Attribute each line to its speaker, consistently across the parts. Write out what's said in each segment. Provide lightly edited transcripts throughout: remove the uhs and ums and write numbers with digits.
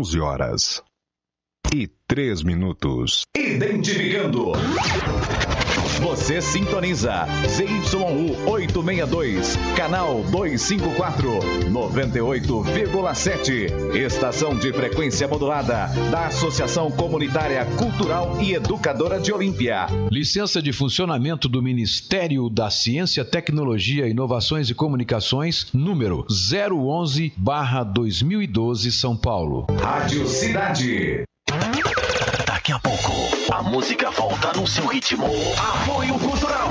Speaker 1: 11h03.
Speaker 2: Identificando. Você sintoniza ZYU 862, canal 254, 98,7. Estação de frequência modulada da Associação Comunitária Cultural e Educadora de Olímpia.
Speaker 3: Licença de funcionamento do Ministério da Ciência, Tecnologia, Inovações e Comunicações, número 011/2012, São Paulo.
Speaker 2: Rádio Cidade.
Speaker 4: Daqui a pouco, a música volta no seu ritmo. Apoio Cultural.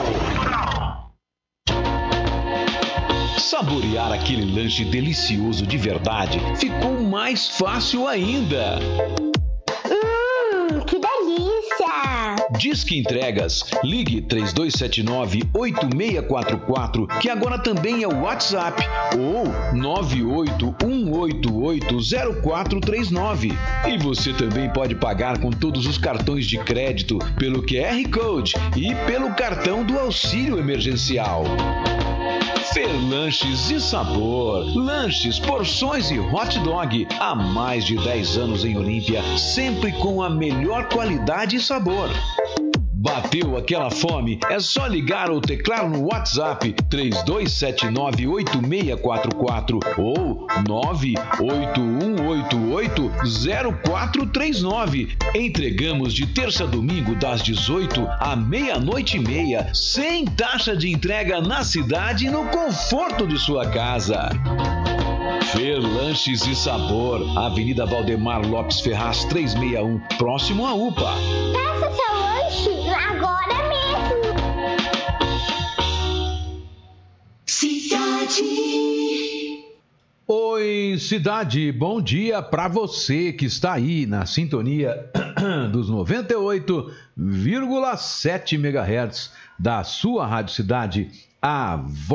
Speaker 3: Saborear aquele lanche delicioso de verdade ficou mais fácil ainda.
Speaker 5: Que delícia!
Speaker 3: Disque Entregas. Ligue 3279-8644, que agora também é o WhatsApp, ou 981880439. E você também pode pagar com todos os cartões de crédito, pelo QR Code e pelo cartão do auxílio emergencial. Fer Lanches e Sabor. Lanches, porções e hot dog. Há mais de 10 anos em Olímpia, sempre com a melhor qualidade e sabor. Bateu aquela fome? É só ligar ou teclar no WhatsApp 3279-8644 ou 981880439. Entregamos de terça a domingo das 18 à meia-noite e meia, sem taxa de entrega na cidade e no conforto de sua casa. Fer Lanches e Sabor, Avenida Valdemar Lopes Ferraz 361, próximo à UPA.
Speaker 5: Peça seu lanche agora mesmo.
Speaker 6: Cidade.
Speaker 3: Oi, cidade, bom dia para você que está aí na sintonia dos 98,7 MHz da sua Rádio Cidade, a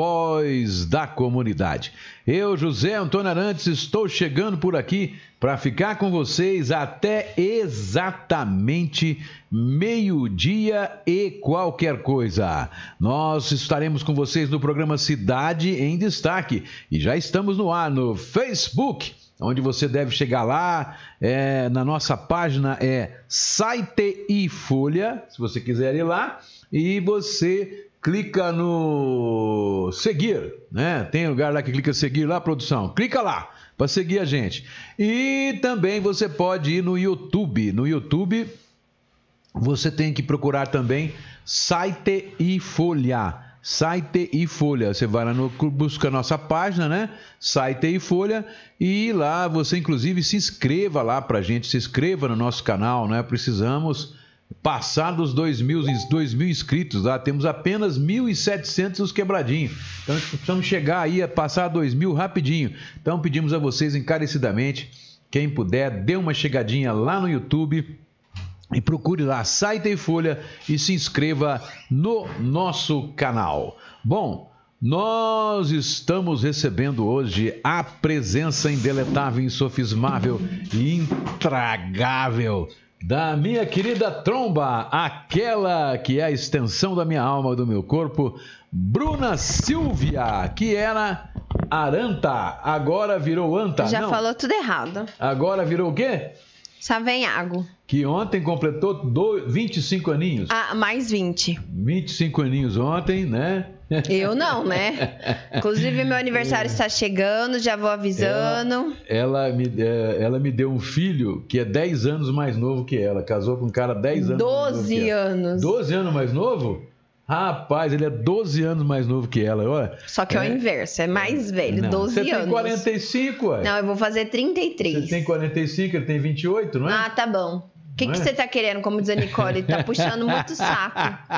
Speaker 3: voz da comunidade. Eu, José Antônio Arantes, estou chegando por aqui para ficar com vocês até exatamente meio-dia e qualquer coisa. Nós estaremos com vocês no programa Cidade em Destaque e já estamos no ar no Facebook, onde você deve chegar lá, na nossa página Site e Folha, se você quiser ir lá, e você clica no seguir, né? Tem lugar lá que clica seguir lá, produção. Clica lá para seguir a gente. E também você pode ir no YouTube. No YouTube você tem que procurar também Site e Folha. Site e Folha. Você vai lá, busca a nossa página, né? Site e Folha. E lá você, inclusive, se inscreva lá pra gente. Se inscreva no nosso canal, né? Precisamos passar dos 2.000 inscritos lá. Temos apenas 1.700 os quebradinhos. Então, precisamos chegar aí a passar 2.000 rapidinho. Então, pedimos a vocês encarecidamente, quem puder, dê uma chegadinha lá no YouTube e procure lá Site e Folha e se inscreva no nosso canal. Bom, nós estamos recebendo hoje a presença indeletável, insofismável e intragável da minha querida tromba, aquela que é a extensão da minha alma, do meu corpo, Bruna Silvia, que era Aranta, agora virou Anta.
Speaker 7: Já falou tudo errado.
Speaker 3: Agora virou o quê?
Speaker 7: Savenhago.
Speaker 3: Que ontem completou 25 aninhos.
Speaker 7: Ah, mais 20.
Speaker 3: 25 aninhos ontem, né?
Speaker 7: Eu não, né? Inclusive, meu aniversário está chegando, já vou avisando.
Speaker 3: Ela me deu um filho que é 10 anos mais novo que ela. Casou com um cara 10 anos
Speaker 7: 12 anos.
Speaker 3: 12 anos mais novo? Rapaz, ele é 12 anos mais novo que ela. Olha,
Speaker 7: só que é o inverso, é mais velho, 12 anos.
Speaker 3: Você tem 45, ué?
Speaker 7: Não, eu vou fazer 33.
Speaker 3: Você tem 45, ele tem 28, não é?
Speaker 7: Ah, tá bom. O que você tá querendo, como diz a Nicole? Tá puxando muito saco.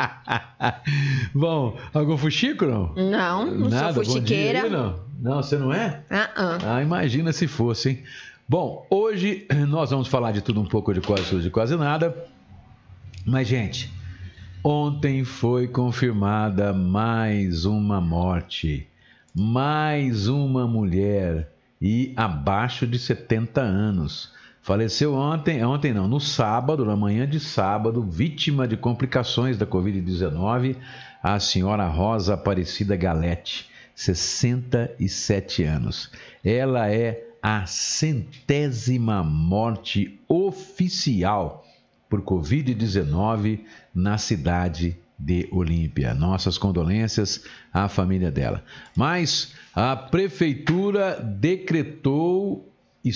Speaker 3: Bom, algum fuxico, não?
Speaker 7: Não
Speaker 3: Nada,
Speaker 7: sou fuxiqueira.
Speaker 3: Bom dia, não, você não é? Ah, imagina se fosse, hein? Bom, hoje nós vamos falar de tudo um pouco, de quase tudo, de quase nada. Mas, gente, ontem foi confirmada mais uma morte. Mais uma mulher e abaixo de 70 anos. Faleceu no sábado, na manhã de sábado, vítima de complicações da Covid-19, a senhora Rosa Aparecida Galete, 67 anos. Ela é a 100ª morte oficial por Covid-19 na cidade de Olímpia. Nossas condolências à família dela. Mas a prefeitura decretou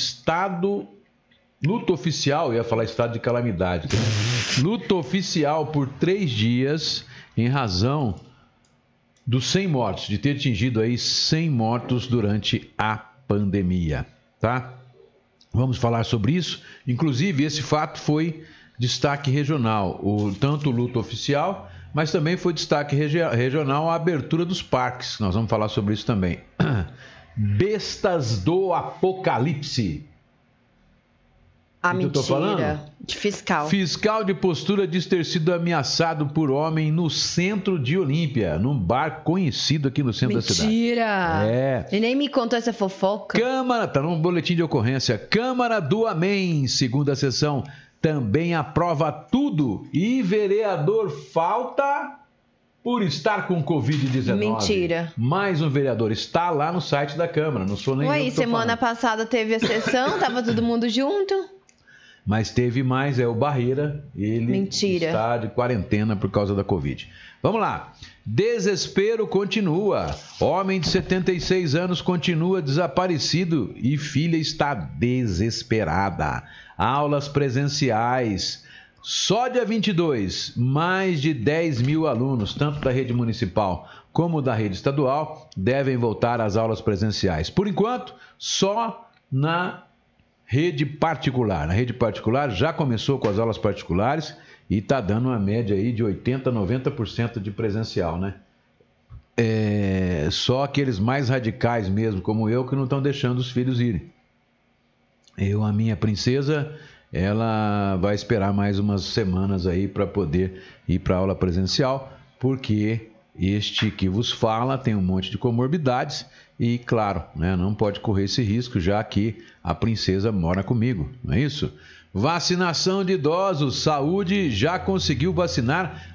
Speaker 3: luto oficial, eu ia falar estado de calamidade, luto oficial por 3 dias em razão dos 100 mortos, de ter atingido aí 100 mortos durante a pandemia, tá? Vamos falar sobre isso. Inclusive, esse fato foi destaque regional, tanto o luto oficial, mas também foi destaque regional a abertura dos parques. Nós vamos falar sobre isso também. Bestas do Apocalipse.
Speaker 7: Mentira. De fiscal.
Speaker 3: Fiscal de postura diz ter sido ameaçado por homem no centro de Olímpia, num bar conhecido aqui no centro da cidade.
Speaker 7: Mentira! E nem me contou essa fofoca.
Speaker 3: Tá no boletim de ocorrência. Câmara do Amém, segunda sessão, também aprova tudo e vereador falta por estar com Covid-19.
Speaker 7: Mentira.
Speaker 3: Mais um vereador está lá no site da Câmara, não sou nem eu que tô
Speaker 7: semana passada teve a sessão, tava todo mundo junto.
Speaker 3: Mas teve mais, o Barreira, ele está de quarentena por causa da Covid. Vamos lá. Desespero continua. Homem de 76 anos continua desaparecido e filha está desesperada. Aulas presenciais. Só dia 22, mais de 10 mil alunos, tanto da rede municipal como da rede estadual, devem voltar às aulas presenciais. Por enquanto, só na rede particular. Na rede particular já começou com as aulas particulares e está dando uma média aí de 80%, 90% de presencial, né? Só aqueles mais radicais mesmo, como eu, que não estão deixando os filhos irem. A minha princesa, ela vai esperar mais umas semanas aí para poder ir para a aula presencial, porque este que vos fala tem um monte de comorbidades e, claro, né, não pode correr esse risco, já que a princesa mora comigo, não é isso? Vacinação de idosos. Saúde já conseguiu vacinar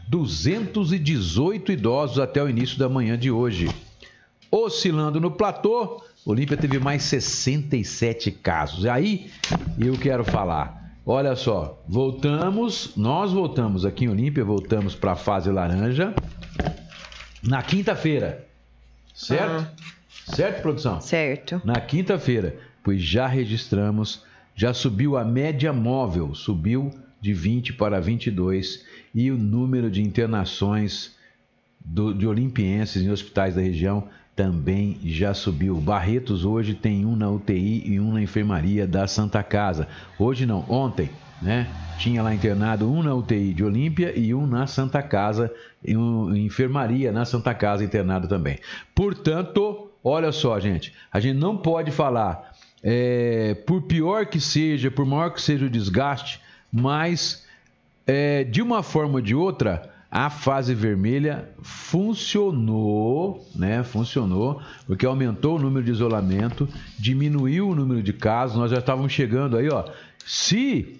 Speaker 3: 218 idosos até o início da manhã de hoje. Oscilando no platô, Olímpia teve mais 67 casos. Aí eu quero falar, olha só, nós voltamos aqui em Olímpia, voltamos para a fase laranja na quinta-feira, certo? Certo, produção?
Speaker 7: Certo.
Speaker 3: Na quinta-feira, pois já registramos, já subiu a média móvel, subiu de 20 para 22 e o número de internações de olimpienses em hospitais da região também já subiu. Barretos hoje tem um na UTI e um na enfermaria da Santa Casa. Hoje não, ontem, né? Tinha lá internado um na UTI de Olímpia e um na Santa Casa, em enfermaria na Santa Casa internado também. Portanto, olha só, gente, a gente não pode falar, por pior que seja, por maior que seja o desgaste, mas de uma forma ou de outra, a fase vermelha funcionou, né? Funcionou, porque aumentou o número de isolamento, diminuiu o número de casos, nós já estávamos chegando aí, ó. Se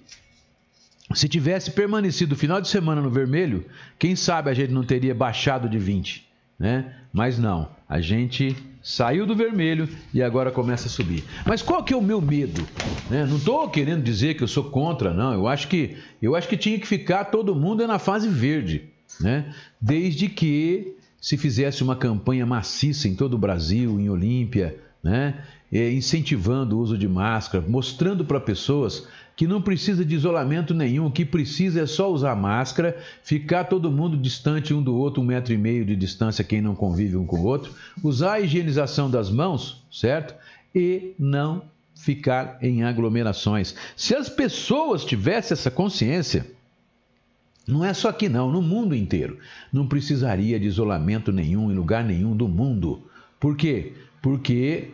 Speaker 3: tivesse permanecido o final de semana no vermelho, quem sabe a gente não teria baixado de 20, né? Mas não, a gente saiu do vermelho e agora começa a subir. Mas qual que é o meu medo? Né? Não estou querendo dizer que eu sou contra, não. Eu acho que tinha que ficar todo mundo na fase verde, né? Desde que se fizesse uma campanha maciça em todo o Brasil, em Olímpia, né? Incentivando o uso de máscara, mostrando para pessoas que não precisa de isolamento nenhum, o que precisa é só usar máscara, ficar todo mundo distante um do outro, 1,5 metro de distância, quem não convive um com o outro, usar a higienização das mãos, certo? E não ficar em aglomerações. Se as pessoas tivessem essa consciência, não é só aqui não, no mundo inteiro, não precisaria de isolamento nenhum em lugar nenhum do mundo. Por quê? Porque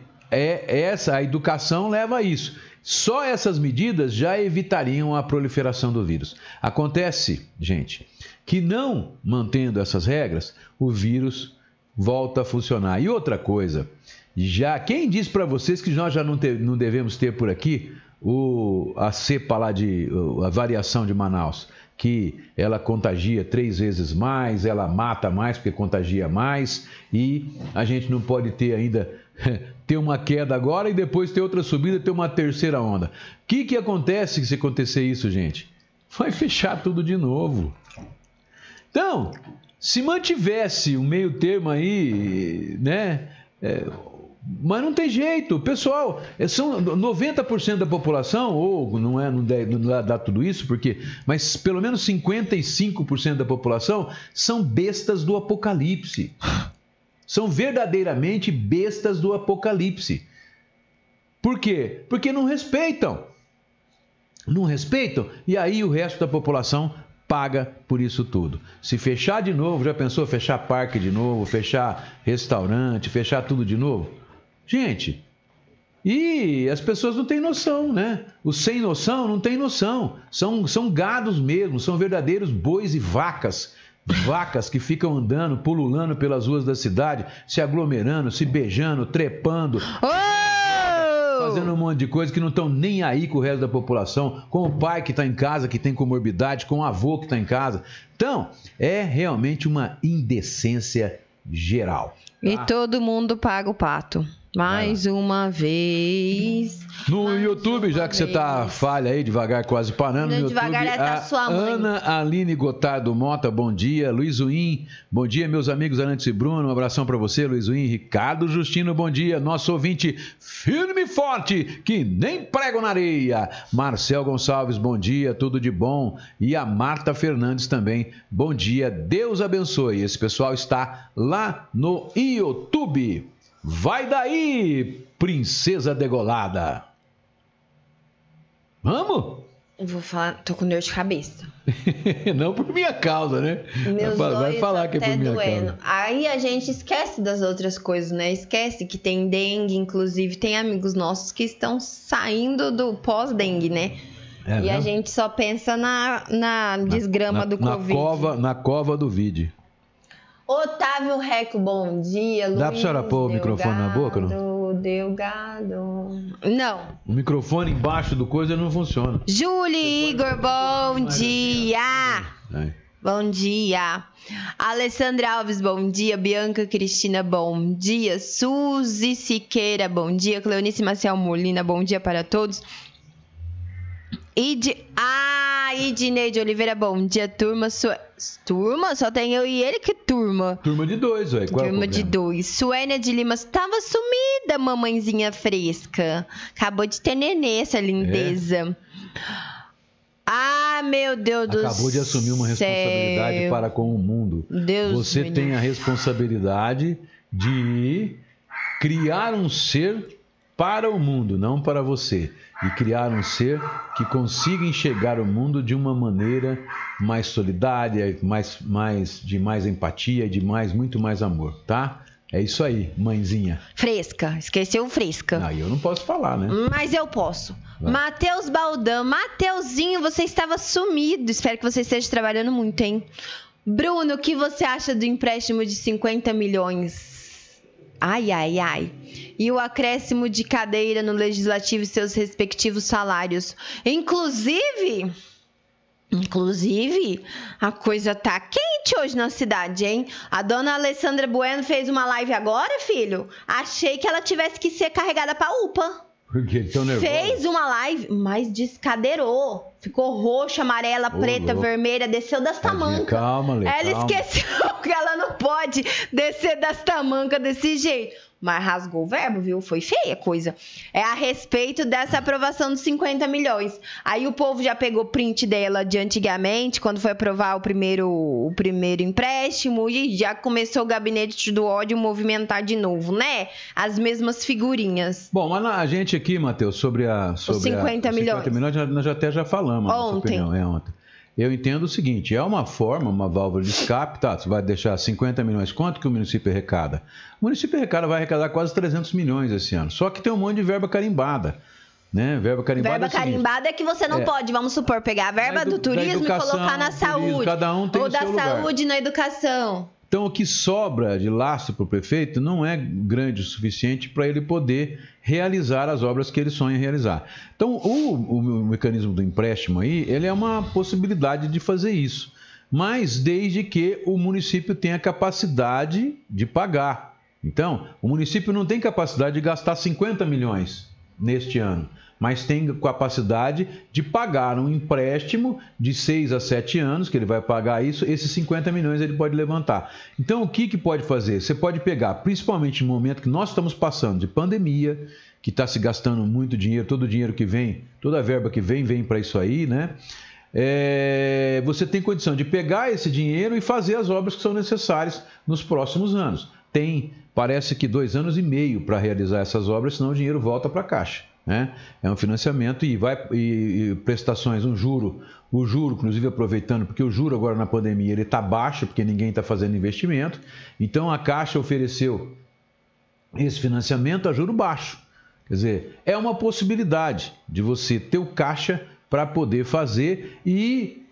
Speaker 3: a educação leva a isso. Só essas medidas já evitariam a proliferação do vírus. Acontece, gente, que não mantendo essas regras, o vírus volta a funcionar. E outra coisa, quem diz para vocês que nós já não devemos ter por aqui a cepa lá a variação de Manaus, que ela contagia 3 vezes mais, ela mata mais porque contagia mais, e a gente não pode ter ainda ter uma queda agora e depois ter outra subida, ter uma terceira onda. O que acontece se acontecer isso, gente? Vai fechar tudo de novo. Então, se mantivesse um meio termo aí, né? Mas não tem jeito. Pessoal, são 90% da população, ou não dá tudo isso, mas pelo menos 55% da população são bestas do apocalipse. São verdadeiramente bestas do apocalipse. Por quê? Porque não respeitam. Não respeitam, e aí o resto da população paga por isso tudo. Se fechar de novo, já pensou fechar parque de novo, fechar restaurante, fechar tudo de novo? Gente, e as pessoas não têm noção, né? Os sem noção não têm noção. São gados mesmo, são verdadeiros bois e vacas. Vacas que ficam andando, pululando pelas ruas da cidade, se aglomerando, se beijando, trepando. Fazendo um monte de coisa que não estão nem aí com o resto da população, com o pai que está em casa, que tem comorbidade, com o avô que está em casa. Então, é realmente uma indecência geral. Tá?
Speaker 7: E todo mundo paga o pato. Mais uma vez.
Speaker 3: No YouTube, já que você tá falha aí, devagar, quase parando. No
Speaker 7: devagar
Speaker 3: YouTube,
Speaker 7: é da sua mãe.
Speaker 3: Ana Aline Gotardo Mota, bom dia. Luiz Uim, bom dia, meus amigos Arantes e Bruno. Um abração para você, Luiz Uim. Ricardo Justino, bom dia. Nosso ouvinte firme e forte, que nem prego na areia. Marcel Gonçalves, bom dia, tudo de bom. E a Marta Fernandes também, bom dia. Deus abençoe. Esse pessoal está lá no YouTube. Vai daí, princesa degolada. Vamos?
Speaker 7: Eu vou falar, tô com dor de cabeça.
Speaker 3: Não por minha causa, né?
Speaker 7: Vai
Speaker 3: falar que é por minha causa.
Speaker 7: Aí a gente esquece das outras coisas, né? Esquece que tem dengue, inclusive tem amigos nossos que estão saindo do pós-dengue, né? E a gente só pensa na desgrama do Covid.
Speaker 3: Na cova do vide.
Speaker 7: Otávio Reco, bom dia.
Speaker 3: Dá pra senhora pôr o microfone na boca, não?
Speaker 7: Delgado. Não.
Speaker 3: O microfone embaixo do coisa não funciona.
Speaker 7: Julie Igor, bom dia. Bom dia. Alessandra Alves, bom dia. Bianca Cristina, bom dia. Suzy Siqueira, bom dia. Cleonice Maciel Molina, bom dia para todos. Idneide Oliveira, bom dia, turma. Turma? Só tem eu e ele? Que turma?
Speaker 3: Turma de 2, velho.
Speaker 7: Turma de 2. Suênia de Lima, tava sumida, mamãezinha fresca. Acabou de ter nenê, essa lindeza. Meu Deus do céu.
Speaker 3: Acabou de assumir uma responsabilidade para com o mundo. Você tem a responsabilidade de criar um ser para o mundo, não para você. E criar um ser que consiga enxergar o mundo de uma maneira mais solidária, de mais empatia e de muito mais amor, tá? É isso aí, mãezinha.
Speaker 7: Fresca, esqueceu fresca.
Speaker 3: Não, eu não posso falar, né?
Speaker 7: Mas eu posso. Matheus Baldão, Mateuzinho, você estava sumido. Espero que você esteja trabalhando muito, hein? Bruno, o que você acha do empréstimo de 50 milhões? Ai. E o acréscimo de cadeira no Legislativo e seus respectivos salários. Inclusive, a coisa tá quente hoje na cidade, hein? A dona Alessandra Bueno fez uma live agora, filho. Achei que ela tivesse que ser carregada pra UPA.
Speaker 3: Por quê? Tão nervosa?
Speaker 7: Fez uma live, mas descadeirou. Ficou roxa, amarela, preta, vermelha, desceu das tamancas.
Speaker 3: Calma, Lê.
Speaker 7: Ela esqueceu que ela não pode descer das tamancas desse jeito. Mas rasgou o verbo, viu? Foi feia a coisa. É a respeito dessa aprovação dos 50 milhões. Aí o povo já pegou print dela de antigamente, quando foi aprovar o primeiro empréstimo, e já começou o gabinete do ódio movimentar de novo, né? As mesmas figurinhas.
Speaker 3: Bom, mas a gente aqui, Matheus, sobre os
Speaker 7: 50 milhões.
Speaker 3: 50 milhões, nós até já falamos.
Speaker 7: Ontem.
Speaker 3: Ontem. Eu entendo o seguinte, é uma forma, uma válvula de escape, tá? Você vai deixar 50 milhões, quanto que o município arrecada? O município vai arrecadar quase 300 milhões esse ano, só que tem um monte de verba carimbada, né? Verba carimbada
Speaker 7: é que você não pode, vamos supor, pegar a verba do turismo e colocar na saúde.
Speaker 3: Cada um tem
Speaker 7: ou
Speaker 3: o seu
Speaker 7: da
Speaker 3: lugar.
Speaker 7: Saúde na educação.
Speaker 3: Então, o que sobra de lastro para o prefeito não é grande o suficiente para ele poder realizar as obras que ele sonha realizar. Então, o mecanismo do empréstimo aí, ele é uma possibilidade de fazer isso, mas desde que o município tenha capacidade de pagar, Então, o município não tem capacidade de gastar 50 milhões neste ano, mas tem capacidade de pagar um empréstimo de 6 a 7 anos, que ele vai pagar isso, esses 50 milhões ele pode levantar. Então, o que pode fazer? Você pode pegar, principalmente no momento que nós estamos passando de pandemia, que está se gastando muito dinheiro, todo o dinheiro que vem, toda a verba que vem para isso aí, né? Você tem condição de pegar esse dinheiro e fazer as obras que são necessárias nos próximos anos. Tem, parece que 2 anos e meio para realizar essas obras, senão o dinheiro volta para a Caixa, né? É um financiamento e prestações, o juro, inclusive aproveitando, porque o juro agora na pandemia ele está baixo, porque ninguém está fazendo investimento, então a Caixa ofereceu esse financiamento a juro baixo. Quer dizer, é uma possibilidade de você ter o caixa para poder fazer e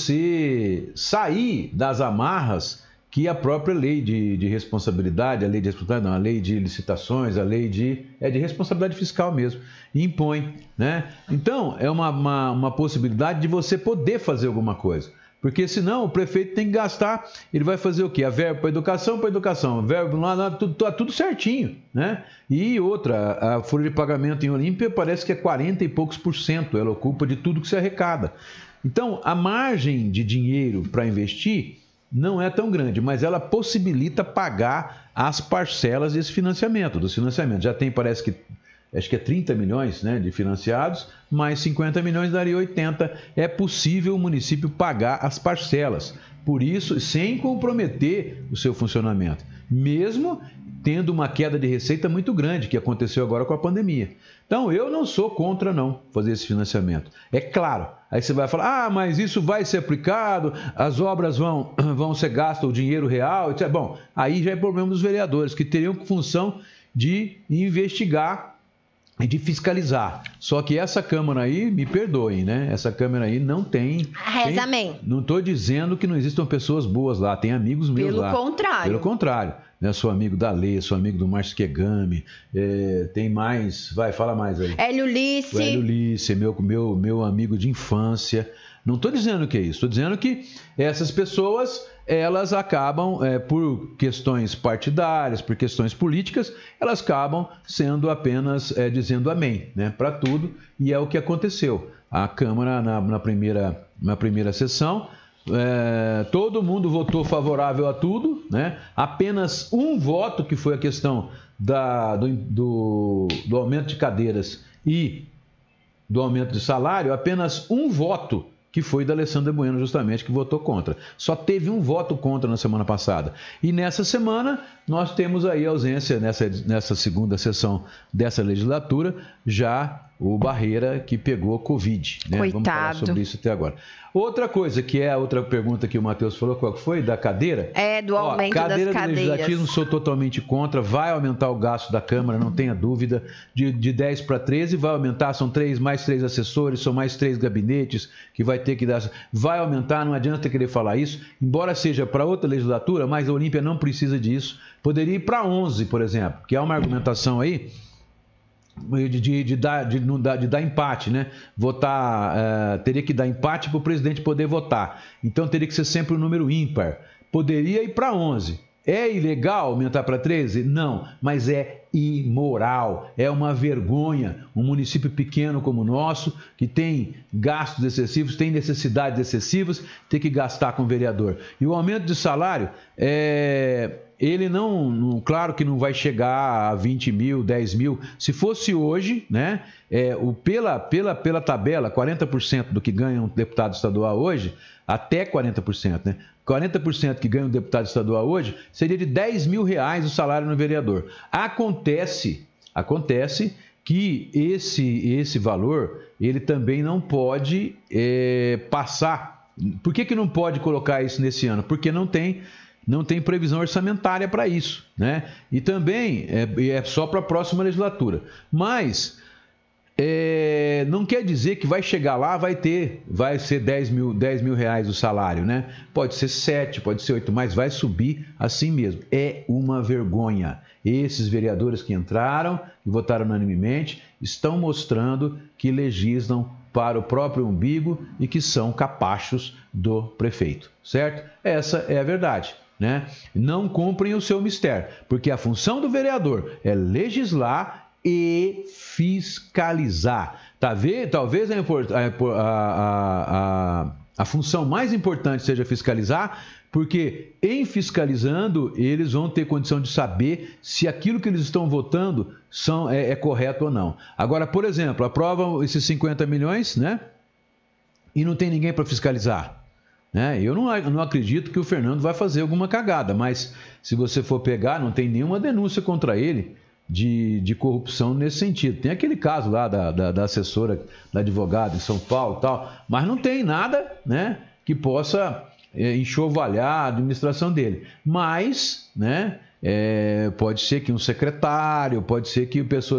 Speaker 3: você sair das amarras que a própria lei de responsabilidade, a lei de licitações, a lei de responsabilidade fiscal mesmo, impõe, né? Então, é uma possibilidade de você poder fazer alguma coisa. Porque senão o prefeito tem que gastar, ele vai fazer o quê? A verba para educação, verba lá, tudo certinho, né? E outra, a folha de pagamento em Olímpia parece que é 40 e poucos %, ela ocupa de tudo que se arrecada. Então, a margem de dinheiro para investir não é tão grande, mas ela possibilita pagar as parcelas desse financiamento, dos financiamentos. Já tem, parece que, acho que é 30 milhões, né, de financiados, mais 50 milhões daria 80. É possível o município pagar as parcelas, por isso, sem comprometer o seu funcionamento, mesmo tendo uma queda de receita muito grande, que aconteceu agora com a pandemia. Então, eu não sou contra não fazer esse financiamento. É claro, aí você vai falar, mas isso vai ser aplicado, as obras vão ser gastas, o dinheiro real, etc. Bom, aí já é problema dos vereadores, que teriam função de investigar e de fiscalizar. Só que essa Câmara aí, me perdoem, né? Essa Câmara aí não tem...
Speaker 7: Reza amém.
Speaker 3: Não estou dizendo que não existam pessoas boas lá, tem amigos meus lá. Pelo contrário. Né? Sou amigo da Lê, sou amigo do Márcio Kegami, tem mais... Vai, fala mais aí.
Speaker 7: Hélio Ulisses.
Speaker 3: O Hélio Ulisses, meu amigo de infância. Não estou dizendo que é isso, estou dizendo que essas pessoas... elas acabam, por questões partidárias, por questões políticas, elas acabam sendo apenas dizendo amém, né, para tudo, e é o que aconteceu. A Câmara, na primeira sessão, todo mundo votou favorável a tudo, né? Apenas um voto, que foi a questão do aumento de cadeiras e do aumento de salário, apenas um voto, que foi da Alessandra Bueno, justamente, que votou contra. Só teve um voto contra na semana passada. E nessa semana, nós temos aí a ausência, nessa segunda sessão dessa legislatura, já o Barreira, que pegou Covid. Né?
Speaker 7: Coitado.
Speaker 3: Vamos falar sobre isso até agora. Outra coisa, que é a outra pergunta que o Matheus falou, qual foi? Da cadeira?
Speaker 7: Do aumento das cadeiras.
Speaker 3: Cadeira do Legislativo, sou totalmente contra, vai aumentar o gasto da Câmara, não tenha dúvida, de 10 para 13, vai aumentar, são mais 3 assessores, são mais 3 gabinetes, que vai ter que dar... Vai aumentar, não adianta querer falar isso, embora seja para outra legislatura, mas a Olímpia não precisa disso, poderia ir para 11, por exemplo, que é uma argumentação aí, de dar empate, né? Votar, teria que dar empate para o presidente poder votar. Então teria que ser sempre um número ímpar. Poderia ir para 11. É ilegal aumentar para 13? Não, mas é imoral, é uma vergonha. Um município pequeno como o nosso, que tem gastos excessivos, tem necessidades excessivas, tem que gastar com o vereador. E o aumento de salário, ele não, claro que não vai chegar a 20 mil, 10 mil. Se fosse hoje, né, pela tabela, 40% do que ganha um deputado estadual hoje, até 40%, né? 40% que ganha um deputado estadual hoje, seria de 10 mil reais o salário no vereador. Acontece que esse valor, ele também não pode passar. Por que não pode colocar isso nesse ano? Porque não tem previsão orçamentária para isso, né? E também é só para a próxima legislatura. Mas não quer dizer que vai chegar lá, vai ser 10 mil reais o salário, né? Pode ser 7, pode ser 8, mas vai subir assim mesmo. É uma vergonha. Esses vereadores que entraram e votaram unanimemente estão mostrando que legislam para o próprio umbigo e que são capachos do prefeito, certo? Essa é a verdade. né, não cumprem o seu mistério, porque a função do vereador é legislar e fiscalizar. Talvez a função mais importante seja fiscalizar, porque em fiscalizando eles vão ter condição de saber se aquilo que eles estão votando é correto ou não. Agora, por exemplo, aprovam esses 50 milhões, né? E não tem ninguém para fiscalizar. Né? Eu não acredito que o Fernando vai fazer alguma cagada, mas se você for pegar, não tem nenhuma denúncia contra ele de corrupção nesse sentido. Tem aquele caso lá da assessora, da advogada em São Paulo e tal, mas não tem nada, né, que possa enxovalhar a administração dele. Mas, né, pode ser que um secretário, pode ser que pessoas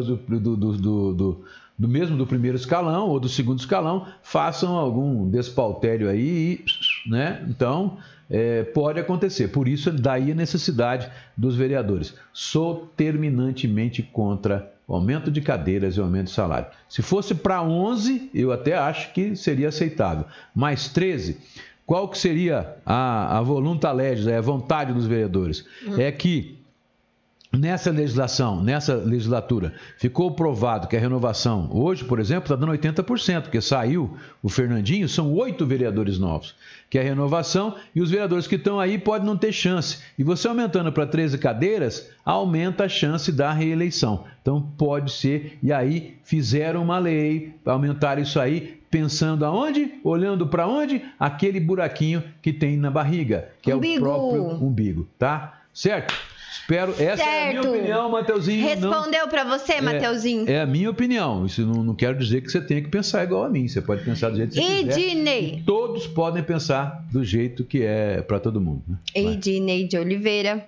Speaker 3: do mesmo do primeiro escalão ou do segundo escalão façam algum despautério aí, né? Então, pode acontecer. Por isso, daí a necessidade dos vereadores. Sou terminantemente contra o aumento de cadeiras e o aumento de salário. Se fosse para 11, eu até acho que seria aceitável. Mas 13, qual que seria a voluntas legis, a vontade dos vereadores? É que nessa legislatura, ficou provado que a renovação, hoje, por exemplo, está dando 80%, porque saiu o Fernandinho, são 8 vereadores novos, que é a renovação, e os vereadores que estão aí podem não ter chance. E você aumentando para 13 cadeiras, aumenta a chance da reeleição. Então, pode ser, e aí fizeram uma lei, aumentaram isso aí, pensando aonde? Olhando para onde? Aquele buraquinho que tem na barriga, que umbigo. É o próprio umbigo, tá? Certo? Espero. Essa é a minha opinião, Mateuzinho.
Speaker 7: Respondeu para você, Mateuzinho?
Speaker 3: É a minha opinião. Isso não quero dizer que você tenha que pensar igual a mim. Você pode pensar do jeito que você quiser.
Speaker 7: Ednei.
Speaker 3: Todos podem pensar do jeito que é para todo mundo. Né?
Speaker 7: Ednei de Oliveira.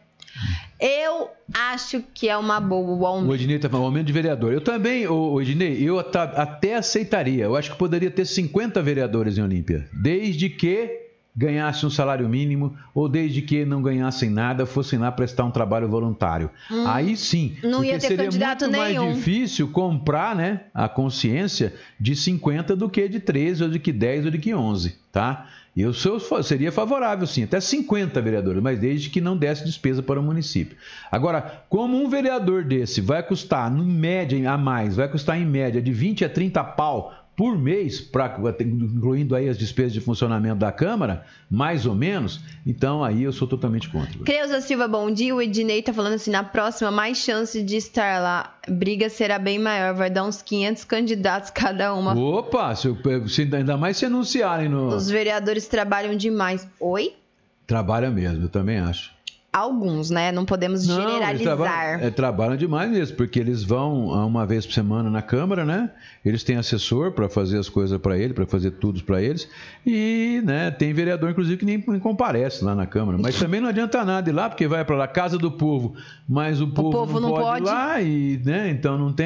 Speaker 7: Eu acho que é uma boa o aumento.
Speaker 3: O Ednei está falando aumento de vereador. Eu também, o Ednei, eu até aceitaria. Eu acho que poderia ter 50 vereadores em Olímpia. Desde que ganhasse um salário mínimo ou desde que não ganhassem nada, fossem lá prestar um trabalho voluntário. Aí sim,
Speaker 7: não ia ter
Speaker 3: seria
Speaker 7: candidato
Speaker 3: muito
Speaker 7: nenhum.
Speaker 3: mais difícil comprar, né, a consciência de 50 do que de 13 ou de que 10 ou de que 11, tá? Eu seria favorável, sim, até 50 vereadores, mas desde que não desse despesa para o município. Agora, como um vereador desse vai custar, em média, a mais, vai custar em média de 20 a 30 pau por mês, incluindo aí as despesas de funcionamento da Câmara, mais ou menos, então aí eu sou totalmente contra.
Speaker 7: Creuza Silva, bom dia. O Ednei tá falando assim, na próxima, mais chance de estar lá. Briga será bem maior, vai dar uns 500 candidatos cada uma.
Speaker 3: Opa, ainda mais se anunciarem.
Speaker 7: Os vereadores trabalham demais. Oi?
Speaker 3: Trabalha mesmo, eu também acho.
Speaker 7: Alguns, né? Não podemos generalizar.
Speaker 3: Eles trabalham demais mesmo, porque eles vão uma vez por semana na Câmara, né? Eles têm assessor para fazer as coisas para ele, para fazer tudo para eles. E, né, tem vereador, inclusive, que nem comparece lá na Câmara. Mas também não adianta nada ir lá, porque vai para lá, Casa do Povo, mas o povo não pode ir lá. E, né, então não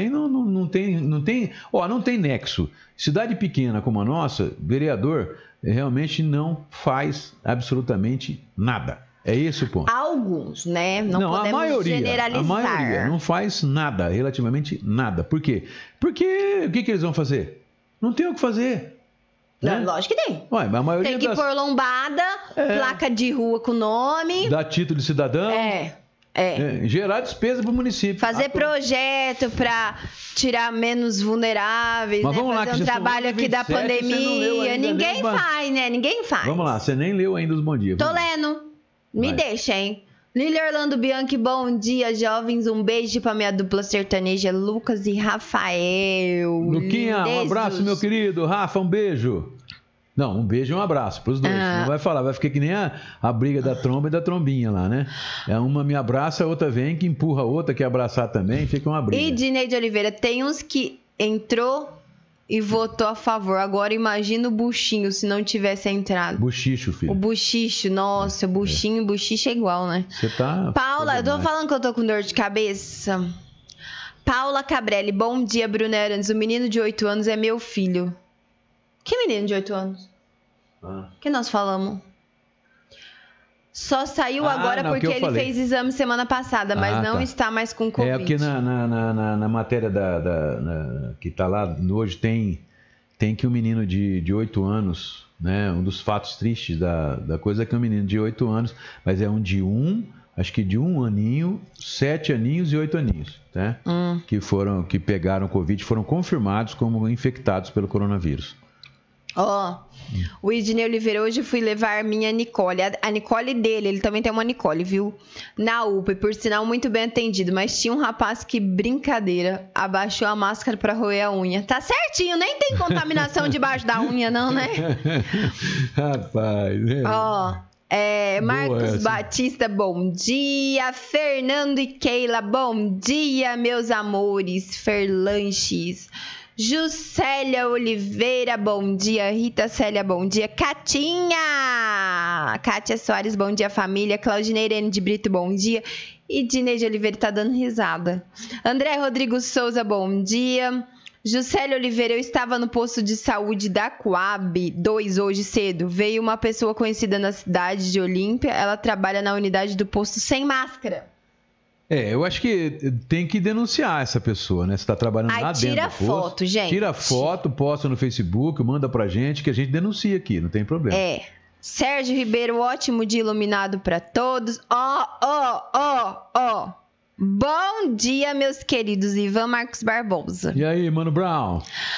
Speaker 3: tem nexo. Cidade pequena como a nossa, vereador realmente não faz absolutamente nada. É esse o ponto.
Speaker 7: Alguns, né? Não podemos generalizar.
Speaker 3: A maioria não faz nada, relativamente nada. Por quê? Porque o que eles vão fazer? Não tem o que fazer. Né?
Speaker 7: Não, lógico que tem.
Speaker 3: Ué, mas a maioria
Speaker 7: tem que pôr lombada, placa de rua com nome.
Speaker 3: Dar título de cidadão. Gerar despesa para o município.
Speaker 7: Fazer projeto para tirar menos vulneráveis,
Speaker 3: mas
Speaker 7: né?
Speaker 3: Vamos lá,
Speaker 7: fazer um trabalho aqui da pandemia. Ninguém faz, né? Ninguém faz.
Speaker 3: Vamos lá, você nem leu ainda os bom dia.
Speaker 7: Tô lendo. Me deixa, hein? Lili Orlando Bianchi, bom dia, jovens. Um beijo pra minha dupla sertaneja, Lucas e Rafael.
Speaker 3: Luquinha, um abraço, meu querido. Rafa, um beijo. Não, um beijo e um abraço pros dois. Não vai falar, vai ficar que nem a briga da tromba e da trombinha lá, né? Uma me abraça, a outra vem, que empurra a outra, quer abraçar também, fica uma briga.
Speaker 7: E Dineide Oliveira, tem uns que entrou e votou a favor. Agora imagina o buchinho se não tivesse entrado.
Speaker 3: Buchicho, filho.
Speaker 7: O buchicho, nossa, buchinho e buchicho é igual, né?
Speaker 3: Você tá...
Speaker 7: Paula, eu tô falando que eu tô com dor de cabeça. Paula Cabrelli, bom dia, Bruna Arantes. O menino de 8 anos é meu filho. Que menino de 8 anos? Que nós falamos? Só saiu agora porque ele fez exame semana passada, mas não está mais com Covid.
Speaker 3: Porque na matéria que está lá, hoje tem tem que um menino de 8 anos, né? Um dos fatos tristes da coisa é que um menino de 8 anos, mas é acho que de 1 aninho, 7 aninhos e 8 aninhos, né? Que pegaram Covid, foram confirmados como infectados pelo coronavírus.
Speaker 7: O Idnei Oliveira, hoje fui levar minha Nicole, a Nicole dele, ele também tem uma Nicole, viu? Na UPA, por sinal muito bem atendido, mas tinha um rapaz que, brincadeira, abaixou a máscara pra roer a unha. Tá certinho, nem tem contaminação debaixo da unha não, né?
Speaker 3: Rapaz, né?
Speaker 7: Marcos Batista, bom dia. Fernando e Keila, bom dia, meus amores. Ferlanches. Juscelia Oliveira, bom dia. Rita Célia, bom dia. Catinha! Kátia Soares, bom dia, família. Claudinei Irene de Brito, bom dia. E Dinei de Oliveira tá dando risada. André Rodrigo Souza, bom dia. Juscelia Oliveira, eu estava no posto de saúde da Coab 2 hoje cedo. Veio uma pessoa conhecida na cidade de Olímpia. Ela trabalha na unidade do posto sem máscara.
Speaker 3: Eu acho que tem que denunciar essa pessoa, né? Você está trabalhando lá dentro do posto. Tira
Speaker 7: foto, gente.
Speaker 3: Tira foto, posta no Facebook, manda pra gente, que a gente denuncia aqui, não tem problema.
Speaker 7: Sérgio Ribeiro, ótimo dia iluminado para todos. Bom dia, meus queridos. Ivan Marcos Barbosa.
Speaker 3: E aí, Mano Brown?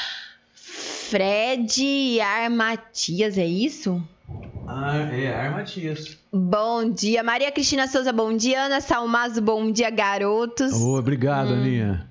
Speaker 7: Fred Armatias, é isso?
Speaker 3: Armatias.
Speaker 7: Bom dia. Maria Cristina Souza, bom dia. Ana Salmazo, bom dia, garotos.
Speaker 3: Obrigado, Aninha.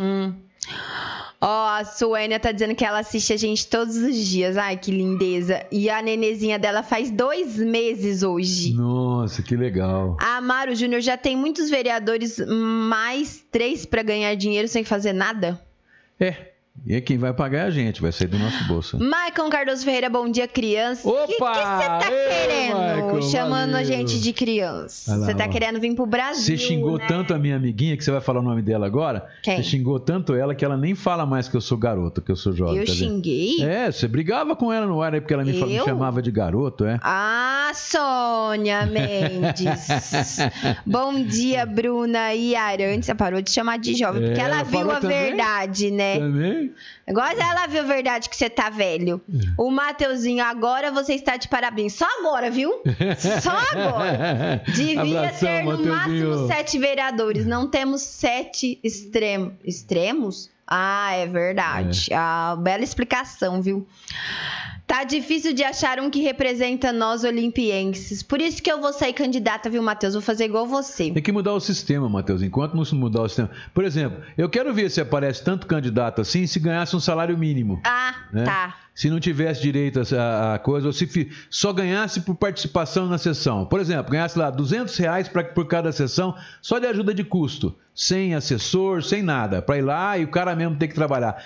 Speaker 7: A Suênia tá dizendo que ela assiste a gente todos os dias. Ai, que lindeza. E a nenezinha dela faz 2 meses hoje.
Speaker 3: Nossa, que legal.
Speaker 7: A Amaro Júnior, já tem muitos vereadores, mais 3 para ganhar dinheiro sem fazer nada?
Speaker 3: E quem vai pagar é a gente, vai sair do nosso bolso.
Speaker 7: Maicon Cardoso Ferreira, bom dia, criança.
Speaker 3: Opa!
Speaker 7: O que você tá querendo?
Speaker 3: Michael,
Speaker 7: chamando
Speaker 3: valeu.
Speaker 7: A gente de criança. Você tá querendo vir pro Brasil,
Speaker 3: Você xingou tanto a minha amiguinha, que você vai falar o nome dela agora.
Speaker 7: Quem?
Speaker 3: Você xingou tanto ela que ela nem fala mais que eu sou garoto, que eu sou jovem.
Speaker 7: Eu xinguei?
Speaker 3: Você brigava com ela no ar aí, porque ela me chamava de garoto,
Speaker 7: Sônia Mendes. Bom dia, Bruna e Arantes. Você parou de chamar de jovem, porque ela viu a verdade, né?
Speaker 3: Também?
Speaker 7: Agora ela viu a verdade que você tá velho. O Mateuzinho, agora você está de parabéns. Só agora, viu? Só agora. Devia ter no máximo 7 vereadores. Não temos 7 extremos? É verdade. Bela explicação, viu? Tá difícil de achar um que representa nós olimpienses. Por isso que eu vou sair candidata, viu, Matheus? Vou fazer igual você.
Speaker 3: Tem que mudar o sistema, Matheus. Enquanto não se mudar o sistema... Por exemplo, eu quero ver se aparece tanto candidato assim se ganhasse um salário mínimo. Né?
Speaker 7: Tá.
Speaker 3: Se não tivesse direito a coisa, ou se só ganhasse por participação na sessão. Por exemplo, ganhasse lá R$200 por cada sessão, só de ajuda de custo. Sem assessor, sem nada. Para ir lá e o cara mesmo ter que trabalhar.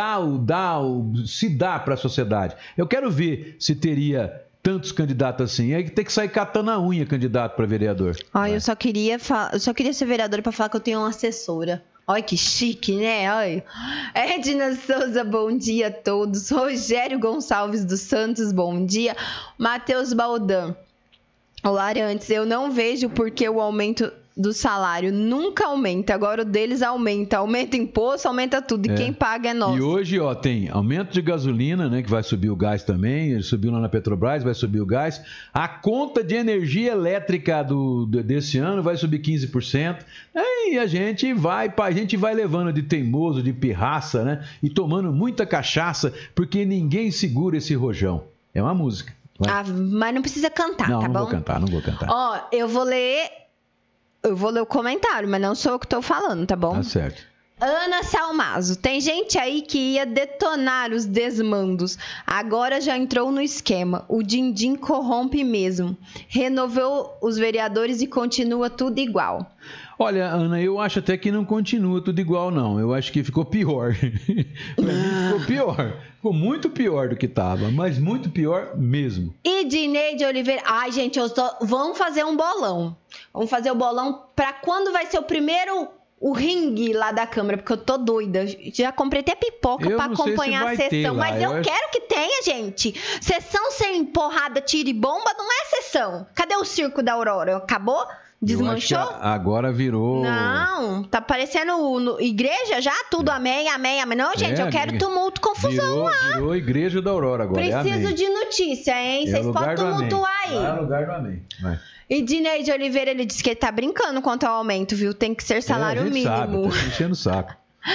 Speaker 3: Se dá para a sociedade. Eu quero ver se teria tantos candidatos assim. Aí tem que sair catando a unha candidato para vereador.
Speaker 7: Eu só queria ser vereadora para falar que eu tenho uma assessora. Olha que chique, né? Olha. Edna Souza, bom dia a todos. Rogério Gonçalves dos Santos, bom dia. Matheus Baldan. Olá, antes eu não vejo porque o aumento do salário nunca aumenta. Agora o deles aumenta. Aumenta imposto, aumenta tudo. E quem paga é nós.
Speaker 3: E hoje, tem aumento de gasolina, né? Que vai subir o gás também. Ele subiu lá na Petrobras, vai subir o gás. A conta de energia elétrica desse ano vai subir 15%. E a gente vai levando de teimoso, de pirraça, né? E tomando muita cachaça, porque ninguém segura esse rojão. É uma música.
Speaker 7: Mas não precisa cantar,
Speaker 3: não,
Speaker 7: tá
Speaker 3: não
Speaker 7: bom?
Speaker 3: Não vou cantar.
Speaker 7: Eu vou ler o comentário, mas não sou eu que tô falando, tá bom?
Speaker 3: Tá certo.
Speaker 7: Ana Salmazo, tem gente aí que ia detonar os desmandos. Agora já entrou no esquema. O din-din corrompe mesmo. Renovou os vereadores e continua tudo igual.
Speaker 3: Olha, Ana, eu acho até que não continua tudo igual, não. Eu acho que ficou pior. Pra mim ficou pior. Ficou muito pior do que estava, mas muito pior mesmo.
Speaker 7: E Dinei de Oliveira... Ai, gente, vamos fazer um bolão. Vamos fazer o bolão para quando vai ser o ringue lá da Câmara, porque eu tô doida. Já comprei até pipoca para acompanhar a sessão. Mas eu quero que tenha, gente. Sessão sem porrada, tiro e bomba não é sessão. Cadê o circo da Aurora? Acabou? Desmanchou?
Speaker 3: Eu acho que agora virou...
Speaker 7: Não, tá parecendo igreja já? Tudo amém, amém, amém. Não, gente, eu quero tumulto, confusão lá.
Speaker 3: Virou Igreja da Aurora agora.
Speaker 7: Preciso de notícia, hein? Vocês podem tumultuar aí.
Speaker 3: É o lugar do amém. Vai.
Speaker 7: E Dinei de Oliveira, ele disse que ele tá brincando quanto ao aumento, viu? Tem que ser salário mínimo.
Speaker 3: Sabe, tá enchendo o saco.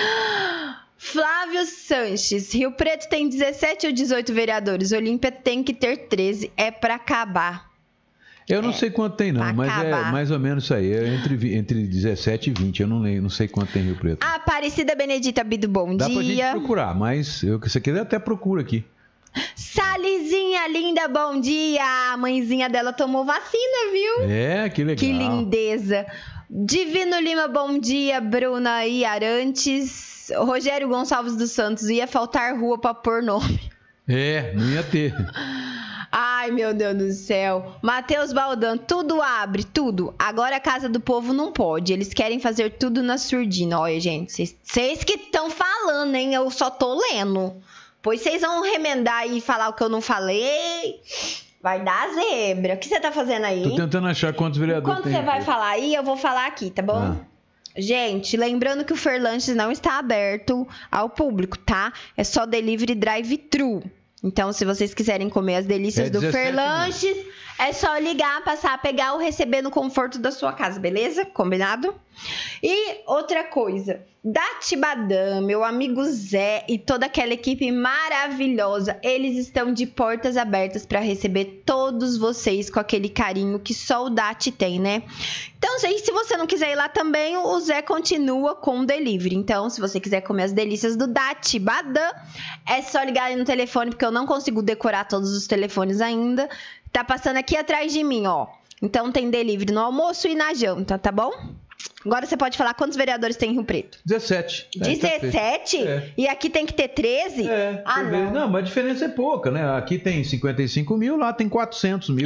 Speaker 7: Flávio Sanches, Rio Preto tem 17 ou 18 vereadores, Olímpia tem que ter 13, é pra acabar.
Speaker 3: Eu não sei quanto tem não, mas
Speaker 7: acabar.
Speaker 3: É mais ou menos isso aí, é entre 17 e 20, eu não sei quanto tem em Rio Preto.
Speaker 7: Aparecida Benedita Bido, bom
Speaker 3: Dá
Speaker 7: dia.
Speaker 3: pra gente procurar, mas se você quiser até procura aqui.
Speaker 7: Salizinha linda, bom dia. A mãezinha dela tomou vacina, viu?
Speaker 3: É, que legal.
Speaker 7: Que lindeza. Divino Lima, bom dia. Bruna e Arantes. Rogério Gonçalves dos Santos, ia faltar rua pra pôr nome.
Speaker 3: É, não ia ter.
Speaker 7: Ai, meu Deus do céu. Matheus Baldan, tudo abre, tudo. Agora a Casa do Povo não pode. Eles querem fazer tudo na surdina. Olha, gente, vocês que estão falando, hein? Eu só tô lendo. Pois vocês vão remendar e falar o que eu não falei. Vai dar zebra. O que você tá fazendo aí?
Speaker 3: Tô tentando achar quantos vereadores
Speaker 7: Quando você vai falar aí, eu vou falar aqui, tá bom? Gente, lembrando que o Ferlanches não está aberto ao público, tá? É só delivery drive-thru. Então, se vocês quiserem comer as delícias do Ferlanches, é só ligar, passar, pegar ou receber no conforto da sua casa, beleza? Combinado? E outra coisa, Datibadã, meu amigo Zé e toda aquela equipe maravilhosa, eles estão de portas abertas para receber todos vocês com aquele carinho que só o Dati tem, né? Então, se você não quiser ir lá também, o Zé continua com o delivery. Então, se você quiser comer as delícias do Datibadã, é só ligar aí no telefone, porque eu não consigo decorar todos os telefones ainda. Tá passando aqui atrás de mim, ó. Então, tem delivery no almoço e na janta, tá bom? Agora você pode falar quantos vereadores tem em Rio Preto?
Speaker 3: 17.
Speaker 7: 17? E aqui tem que ter 13? Não.
Speaker 3: Não, mas a diferença é pouca, né? Aqui tem 55 mil, lá tem 400 mil.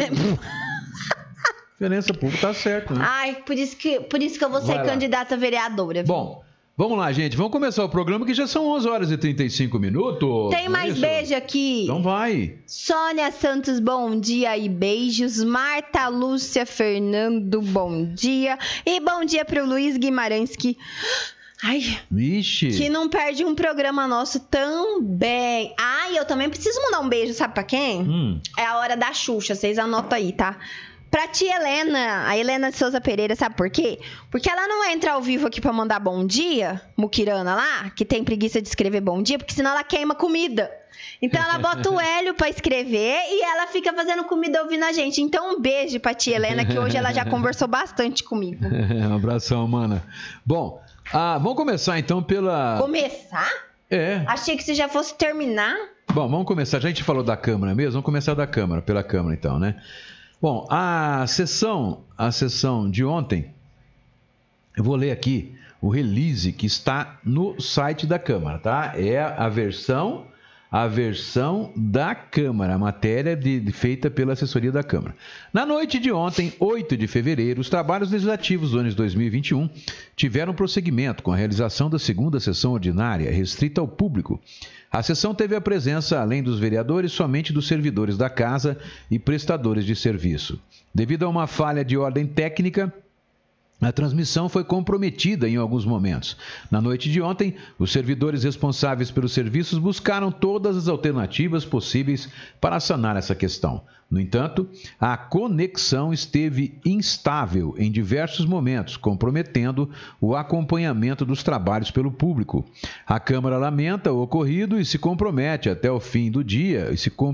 Speaker 3: Diferença pouca, tá certo, né?
Speaker 7: Ai, por isso que eu vou ser candidata a vereadora. Viu?
Speaker 3: Bom, vamos lá, gente. Vamos começar o programa que já são 11 horas e 35 minutos.
Speaker 7: Tem mais beijo aqui.
Speaker 3: Então vai.
Speaker 7: Sônia Santos, bom dia e beijos. Marta Lúcia Fernando, bom dia. E bom dia pro Luiz Guimarães, que... Ai,
Speaker 3: vixe,
Speaker 7: que não perde um programa nosso também. Ai, eu também preciso mandar um beijo, sabe pra quem? É a hora da Xuxa, vocês anotam aí, tá? Pra tia Helena, a Helena de Souza Pereira, sabe por quê? Porque ela não entra ao vivo aqui pra mandar bom dia, muquirana lá, que tem preguiça de escrever bom dia, porque senão ela queima comida. Então ela bota o Hélio pra escrever e ela fica fazendo comida ouvindo a gente. Então um beijo pra tia Helena, que hoje ela já conversou bastante comigo.
Speaker 3: Um abração, mana. Bom, vamos começar então pela...
Speaker 7: Começar?
Speaker 3: É.
Speaker 7: Achei que você já fosse terminar.
Speaker 3: Bom, vamos começar. Já a gente falou da Câmara mesmo, vamos começar da Câmara, pela Câmara então, né? Bom, a sessão de ontem, eu vou ler aqui o release que está no site da Câmara, tá? É a versão da Câmara, a matéria feita pela assessoria da Câmara. Na noite de ontem, 8 de fevereiro, os trabalhos legislativos do ano de 2021 tiveram prosseguimento com a realização da segunda sessão ordinária, restrita ao público. A sessão teve a presença, além dos vereadores, somente dos servidores da Casa e prestadores de serviço. Devido a uma falha de ordem técnica, a transmissão foi comprometida em alguns momentos. Na noite de ontem, os servidores responsáveis pelos serviços buscaram todas as alternativas possíveis para sanar essa questão. No entanto, a conexão esteve instável em diversos momentos, comprometendo o acompanhamento dos trabalhos pelo público. A Câmara lamenta o ocorrido e se compromete até o fim do dia,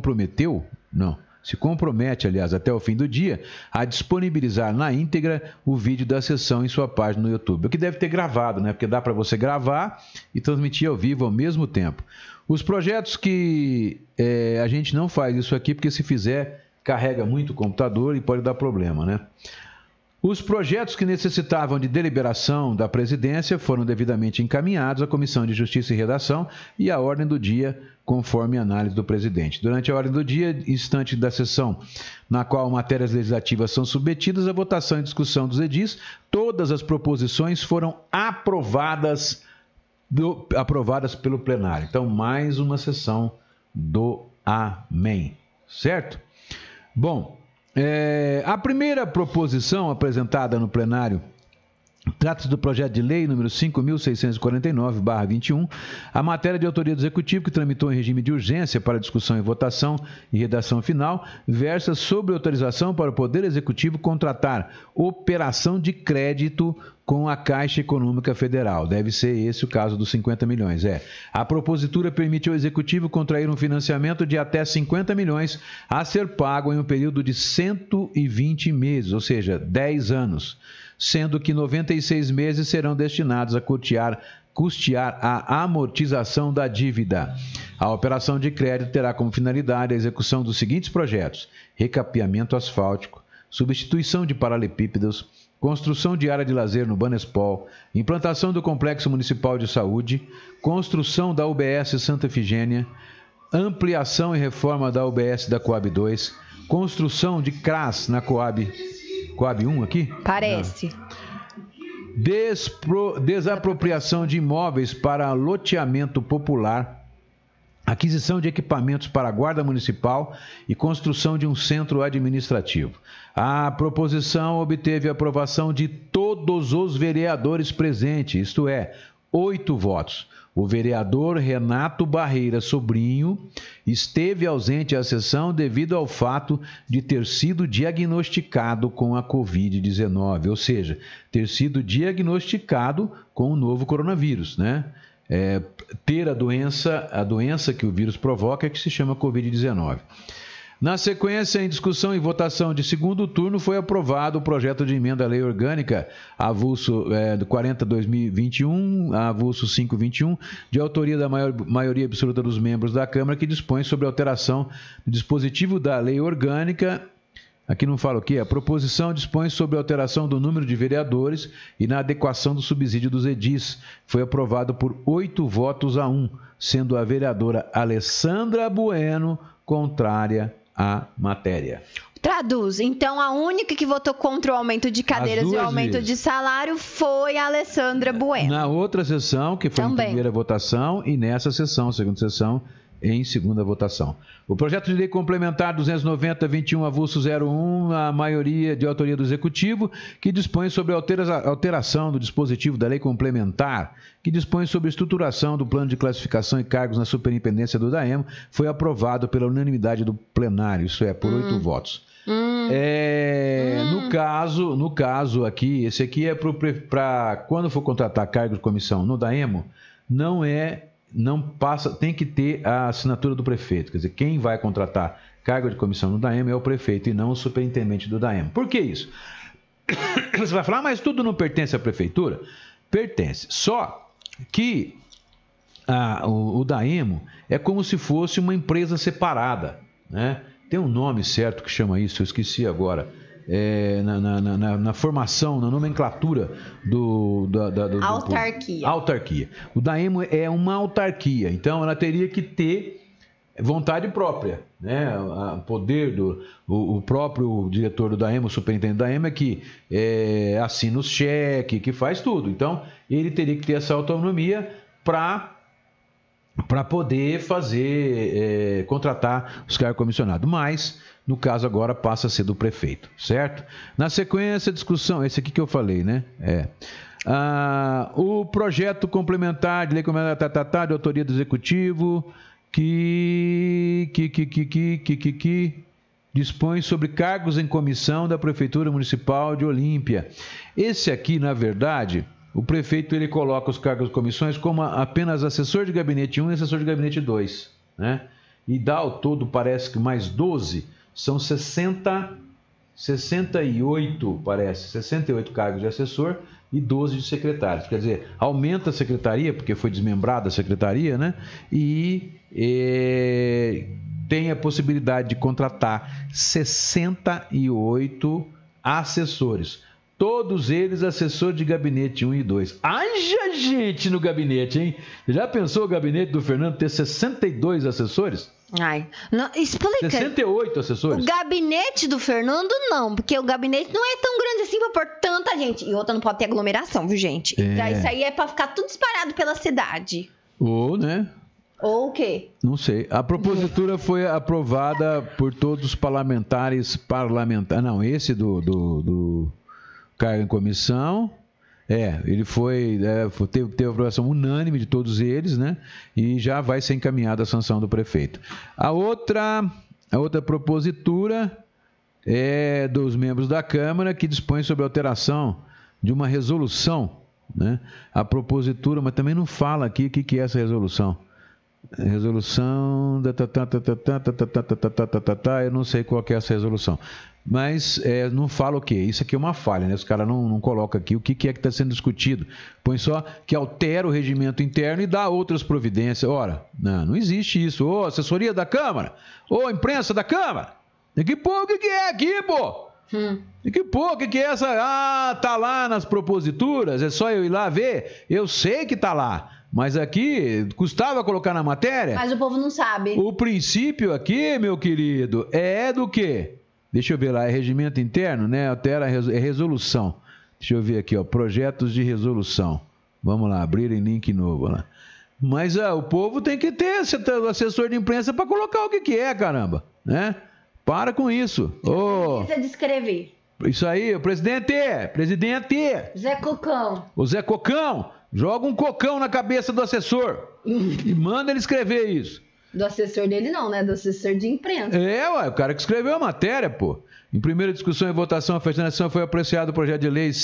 Speaker 3: se compromete, aliás, até o fim do dia, a disponibilizar na íntegra o vídeo da sessão em sua página no YouTube. O que deve ter gravado, né? Porque dá para você gravar e transmitir ao vivo ao mesmo tempo. Os projetos que a gente não faz isso aqui, porque se fizer, carrega muito o computador e pode dar problema, né? Os projetos que necessitavam de deliberação da presidência foram devidamente encaminhados à Comissão de Justiça e Redação e à ordem do dia, conforme a análise do presidente. Durante a ordem do dia, instante da sessão, na qual matérias legislativas são submetidas à votação e discussão dos edis, todas as proposições foram aprovadas pelo plenário. Então, mais uma sessão do amém. Certo? Bom, A primeira proposição apresentada no plenário trata-se do projeto de lei número 5.649/21, a matéria de autoria do Executivo, que tramitou em regime de urgência para discussão e votação e redação final, versa sobre autorização para o Poder Executivo contratar operação de crédito com a Caixa Econômica Federal. Deve ser esse o caso dos 50 milhões. A propositura permite ao Executivo contrair um financiamento de até 50 milhões a ser pago em um período de 120 meses, ou seja, 10 anos. Sendo que 96 meses serão destinados a custear a amortização da dívida. A operação de crédito terá como finalidade a execução dos seguintes projetos: recapeamento asfáltico, substituição de paralelepípedos, construção de área de lazer no Banespol, implantação do Complexo Municipal de Saúde, construção da UBS Santa Efigênia, ampliação e reforma da UBS da Coab 2, construção de CRAS na Coab 1 aqui?
Speaker 7: Parece.
Speaker 3: Desapropriação de imóveis para loteamento popular, aquisição de equipamentos para a Guarda Municipal e construção de um centro administrativo. A proposição obteve a aprovação de todos os vereadores presentes, isto é, 8 votos. O vereador Renato Barreira Sobrinho esteve ausente à sessão devido ao fato de ter sido diagnosticado com a Covid-19, ou seja, ter sido diagnosticado com o novo coronavírus, né? Ter a doença que o vírus provoca, que se chama Covid-19. Na sequência, em discussão e votação de segundo turno, foi aprovado o projeto de emenda à Lei Orgânica, avulso 40/2021, avulso 5/21, de autoria da maioria absoluta dos membros da Câmara, que dispõe sobre a alteração do dispositivo da Lei Orgânica. Aqui não fala o quê? A proposição dispõe sobre a alteração do número de vereadores e na adequação do subsídio dos edis. Foi aprovado por 8 votos a 1, sendo a vereadora Alessandra Bueno contrária à matéria.
Speaker 7: Traduz. Então, a única que votou contra o aumento de cadeiras e o aumento de salário foi a Alessandra Bueno.
Speaker 3: Na outra sessão, que foi
Speaker 7: também
Speaker 3: em primeira votação, e nessa sessão, segunda sessão, em segunda votação. O projeto de lei complementar 290/21, avulso 01, a maioria de autoria do Executivo, que dispõe sobre a alteração do dispositivo da lei complementar, que dispõe sobre a estruturação do plano de classificação e cargos na superintendência do DAEMO, foi aprovado pela unanimidade do plenário, isso é, por 8 votos. No caso aqui, esse aqui é para quando for contratar cargo de comissão no DAEMO, tem que ter a assinatura do prefeito. Quer dizer, quem vai contratar cargo de comissão no DAEMO é o prefeito e não o superintendente do DAEMO. Por que isso? Você vai falar, mas tudo não pertence à prefeitura? Pertence. Só que o DAEMO é como se fosse uma empresa separada, né? Tem um nome certo que chama isso, eu esqueci agora. Na formação, na nomenclatura
Speaker 7: autarquia.
Speaker 3: Autarquia. O DAEMO é uma autarquia, então ela teria que ter vontade própria, né? O poder o próprio diretor do DAEMO, o superintendente do DAEMO, é que assina os cheques, que faz tudo. Então, ele teria que ter essa autonomia para poder contratar os cargos comissionados. Mas, no caso agora, passa a ser do prefeito, certo? Na sequência, discussão, esse aqui que eu falei, né? O projeto complementar de lei complementar de autoria do Executivo, que dispõe sobre cargos em comissão da Prefeitura Municipal de Olímpia. Esse aqui, na verdade, o prefeito ele coloca os cargos de comissões como apenas assessor de gabinete 1 e assessor de gabinete 2, né? E dá ao todo, parece que mais 12, são 68 cargos de assessor e 12 de secretários. Quer dizer, aumenta a secretaria, porque foi desmembrada a secretaria, né? E tem a possibilidade de contratar 68 assessores. Todos eles assessor de gabinete 1 e 2. Haja gente no gabinete, hein? Já pensou o gabinete do Fernando ter 62 assessores?
Speaker 7: Ai, não, explica.
Speaker 3: 68 assessores.
Speaker 7: O gabinete do Fernando não, porque o gabinete não é tão grande assim pra pôr tanta gente. E outra, não pode ter aglomeração, viu, gente? Isso aí é pra ficar tudo espalhado pela cidade.
Speaker 3: Ou, né?
Speaker 7: Ou o quê?
Speaker 3: Não sei. A propositura foi aprovada por todos os parlamentares. Não, esse do cargo em comissão. Ele teve aprovação unânime de todos eles, né? E já vai ser encaminhada a sanção do prefeito. A outra propositura é dos membros da Câmara, que dispõe sobre a alteração de uma resolução, né? A propositura, mas também não fala aqui o que é essa resolução. Resolução... Eu não sei qual que é essa resolução. Mas não fala o quê? Isso aqui é uma falha, né? Os caras não colocam aqui o que é que está sendo discutido. Põe só que altera o regimento interno e dá outras providências. Ora, não existe isso. Ô, assessoria da Câmara! Ô, imprensa da Câmara! Tem que pôr o que é aqui, pô! Tem que pôr o que é essa... Ah, tá lá nas proposituras, é só eu ir lá ver. Eu sei que tá lá. Mas aqui, custava colocar na matéria?
Speaker 7: Mas o povo não sabe.
Speaker 3: O princípio aqui, meu querido, é do quê? Deixa eu ver lá, é regimento interno, né? Altera, é resolução. Deixa eu ver aqui, ó, projetos de resolução. Vamos lá, abrirem link novo lá. Mas o povo tem que ter o assessor de imprensa para colocar o que é, caramba, né? Para com isso.
Speaker 7: Precisa de escrever.
Speaker 3: Isso aí, presidente!
Speaker 7: Zé Cocão.
Speaker 3: O Zé Cocão, joga um cocão na cabeça do assessor e manda ele escrever isso.
Speaker 7: Do assessor dele não, né? Do assessor de imprensa.
Speaker 3: O cara que escreveu a matéria, pô. Em primeira discussão e votação, a federação foi apreciado o projeto de lei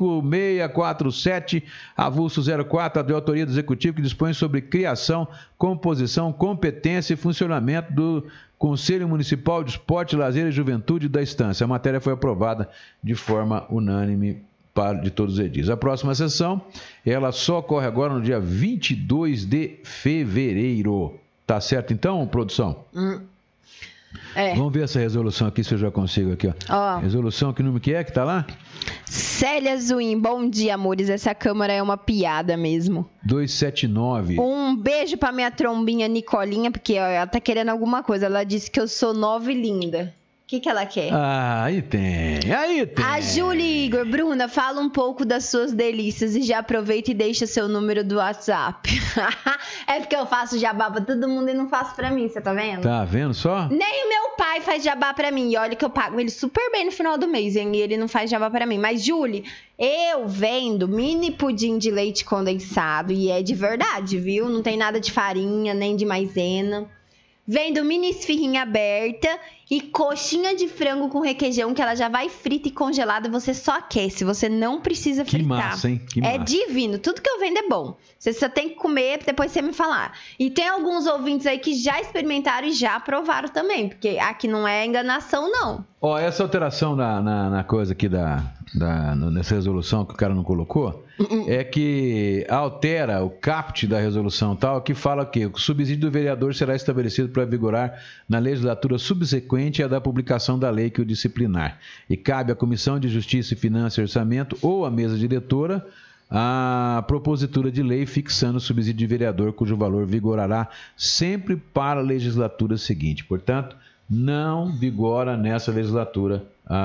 Speaker 3: 5647, avulso 04, de autoria do Executivo, que dispõe sobre criação, composição, competência e funcionamento do Conselho Municipal de Esporte, Lazer e Juventude da Estância. A matéria foi aprovada de forma unânime de todos os edis. A próxima sessão, ela só ocorre agora no dia 22 de fevereiro. Tá certo então, produção? Vamos ver essa resolução aqui, se eu já consigo aqui, ó. Resolução, que número que é que tá lá?
Speaker 7: Célia Zuim, bom dia, amores. Essa Câmara é uma piada mesmo.
Speaker 3: 279.
Speaker 7: Um beijo pra minha trombinha Nicolinha, porque ela tá querendo alguma coisa. Ela disse que eu sou nova e linda. O que ela quer?
Speaker 3: Aí tem.
Speaker 7: A Júlia Igor, Bruna, fala um pouco das suas delícias e já aproveita e deixa seu número do WhatsApp. É porque eu faço jabá pra todo mundo e não faço pra mim, você tá vendo?
Speaker 3: Tá vendo só?
Speaker 7: Nem o meu pai faz jabá pra mim. E olha que eu pago ele super bem no final do mês, hein? E ele não faz jabá pra mim. Mas, Júlia, eu vendo mini pudim de leite condensado e é de verdade, viu? Não tem nada de farinha, nem de maisena. Vendo mini esfirrinha aberta e coxinha de frango com requeijão, que ela já vai frita e congelada, você só aquece, você não precisa fritar.
Speaker 3: Que massa, hein? Que massa.
Speaker 7: É divino, tudo que eu vendo é bom. Você só tem que comer, depois você me falar. E tem alguns ouvintes aí que já experimentaram e já aprovaram também, porque aqui não é enganação, não.
Speaker 3: Essa alteração na coisa aqui nessa resolução que o cara não colocou, é que altera o caput da resolução tal, que fala que o subsídio do vereador será estabelecido para vigorar na legislatura subsequente à da publicação da lei que o disciplinar. E cabe à Comissão de Justiça e Finanças e Orçamento ou à mesa diretora a propositura de lei fixando o subsídio de vereador, cujo valor vigorará sempre para a legislatura seguinte. Portanto, não vigora nessa legislatura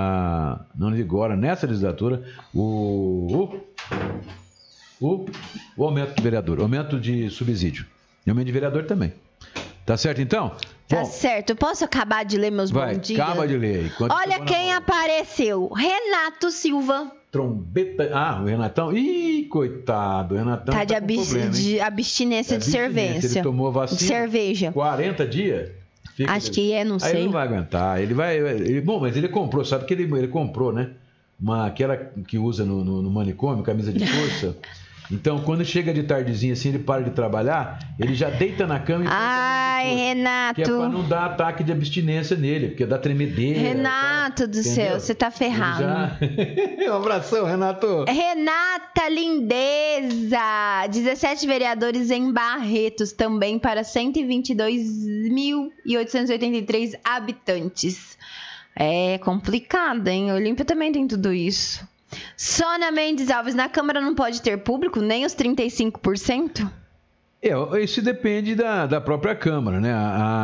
Speaker 3: o aumento de vereador, o aumento de subsídio. E o aumento de vereador também. Tá certo, então?
Speaker 7: Tá certo. Posso acabar de ler meus bom dias?
Speaker 3: Acaba de ler.
Speaker 7: Olha quem apareceu. Renato Silva.
Speaker 3: Trombeta. O Renatão. Ih, coitado. O Renatão
Speaker 7: tá de abstinência de cerveja.
Speaker 3: Ele tomou vacina.
Speaker 7: De cerveja.
Speaker 3: 40 dias?
Speaker 7: Acho que não sei.
Speaker 3: Aí ele não vai aguentar. Bom, mas ele comprou, sabe que ele comprou, né? Aquela que usa no manicômio, camisa de força. Então, quando chega de tardezinha assim, ele para de trabalhar, ele já deita na cama e...
Speaker 7: Ai, Renato.
Speaker 3: Que é pra não dar ataque de abstinência nele, porque dá tremedeira.
Speaker 7: Renato do céu, você tá ferrado.
Speaker 3: Um abração, Renato.
Speaker 7: Renata Lindeza. 17 vereadores em Barretos, também para 122.883 habitantes. É complicado, hein? Olímpia também tem tudo isso. Sônia Mendes Alves, na Câmara não pode ter público, nem os 35%?
Speaker 3: Isso depende da própria Câmara, né?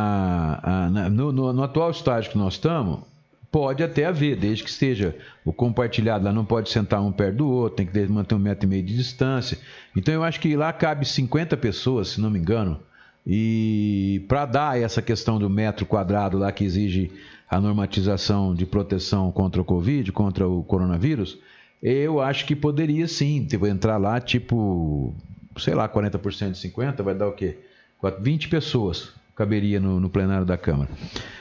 Speaker 3: No atual estágio que nós estamos, pode até haver, desde que esteja o compartilhado, lá não pode sentar um perto do outro, tem que manter 1,5 metro de distância. Então eu acho que lá cabe 50 pessoas, se não me engano. E para dar essa questão do metro quadrado lá que exige a normatização de proteção contra o Covid, contra o coronavírus, eu acho que poderia sim, entrar lá sei lá, 40% de 50, vai dar o quê? 20 pessoas caberia no plenário da Câmara.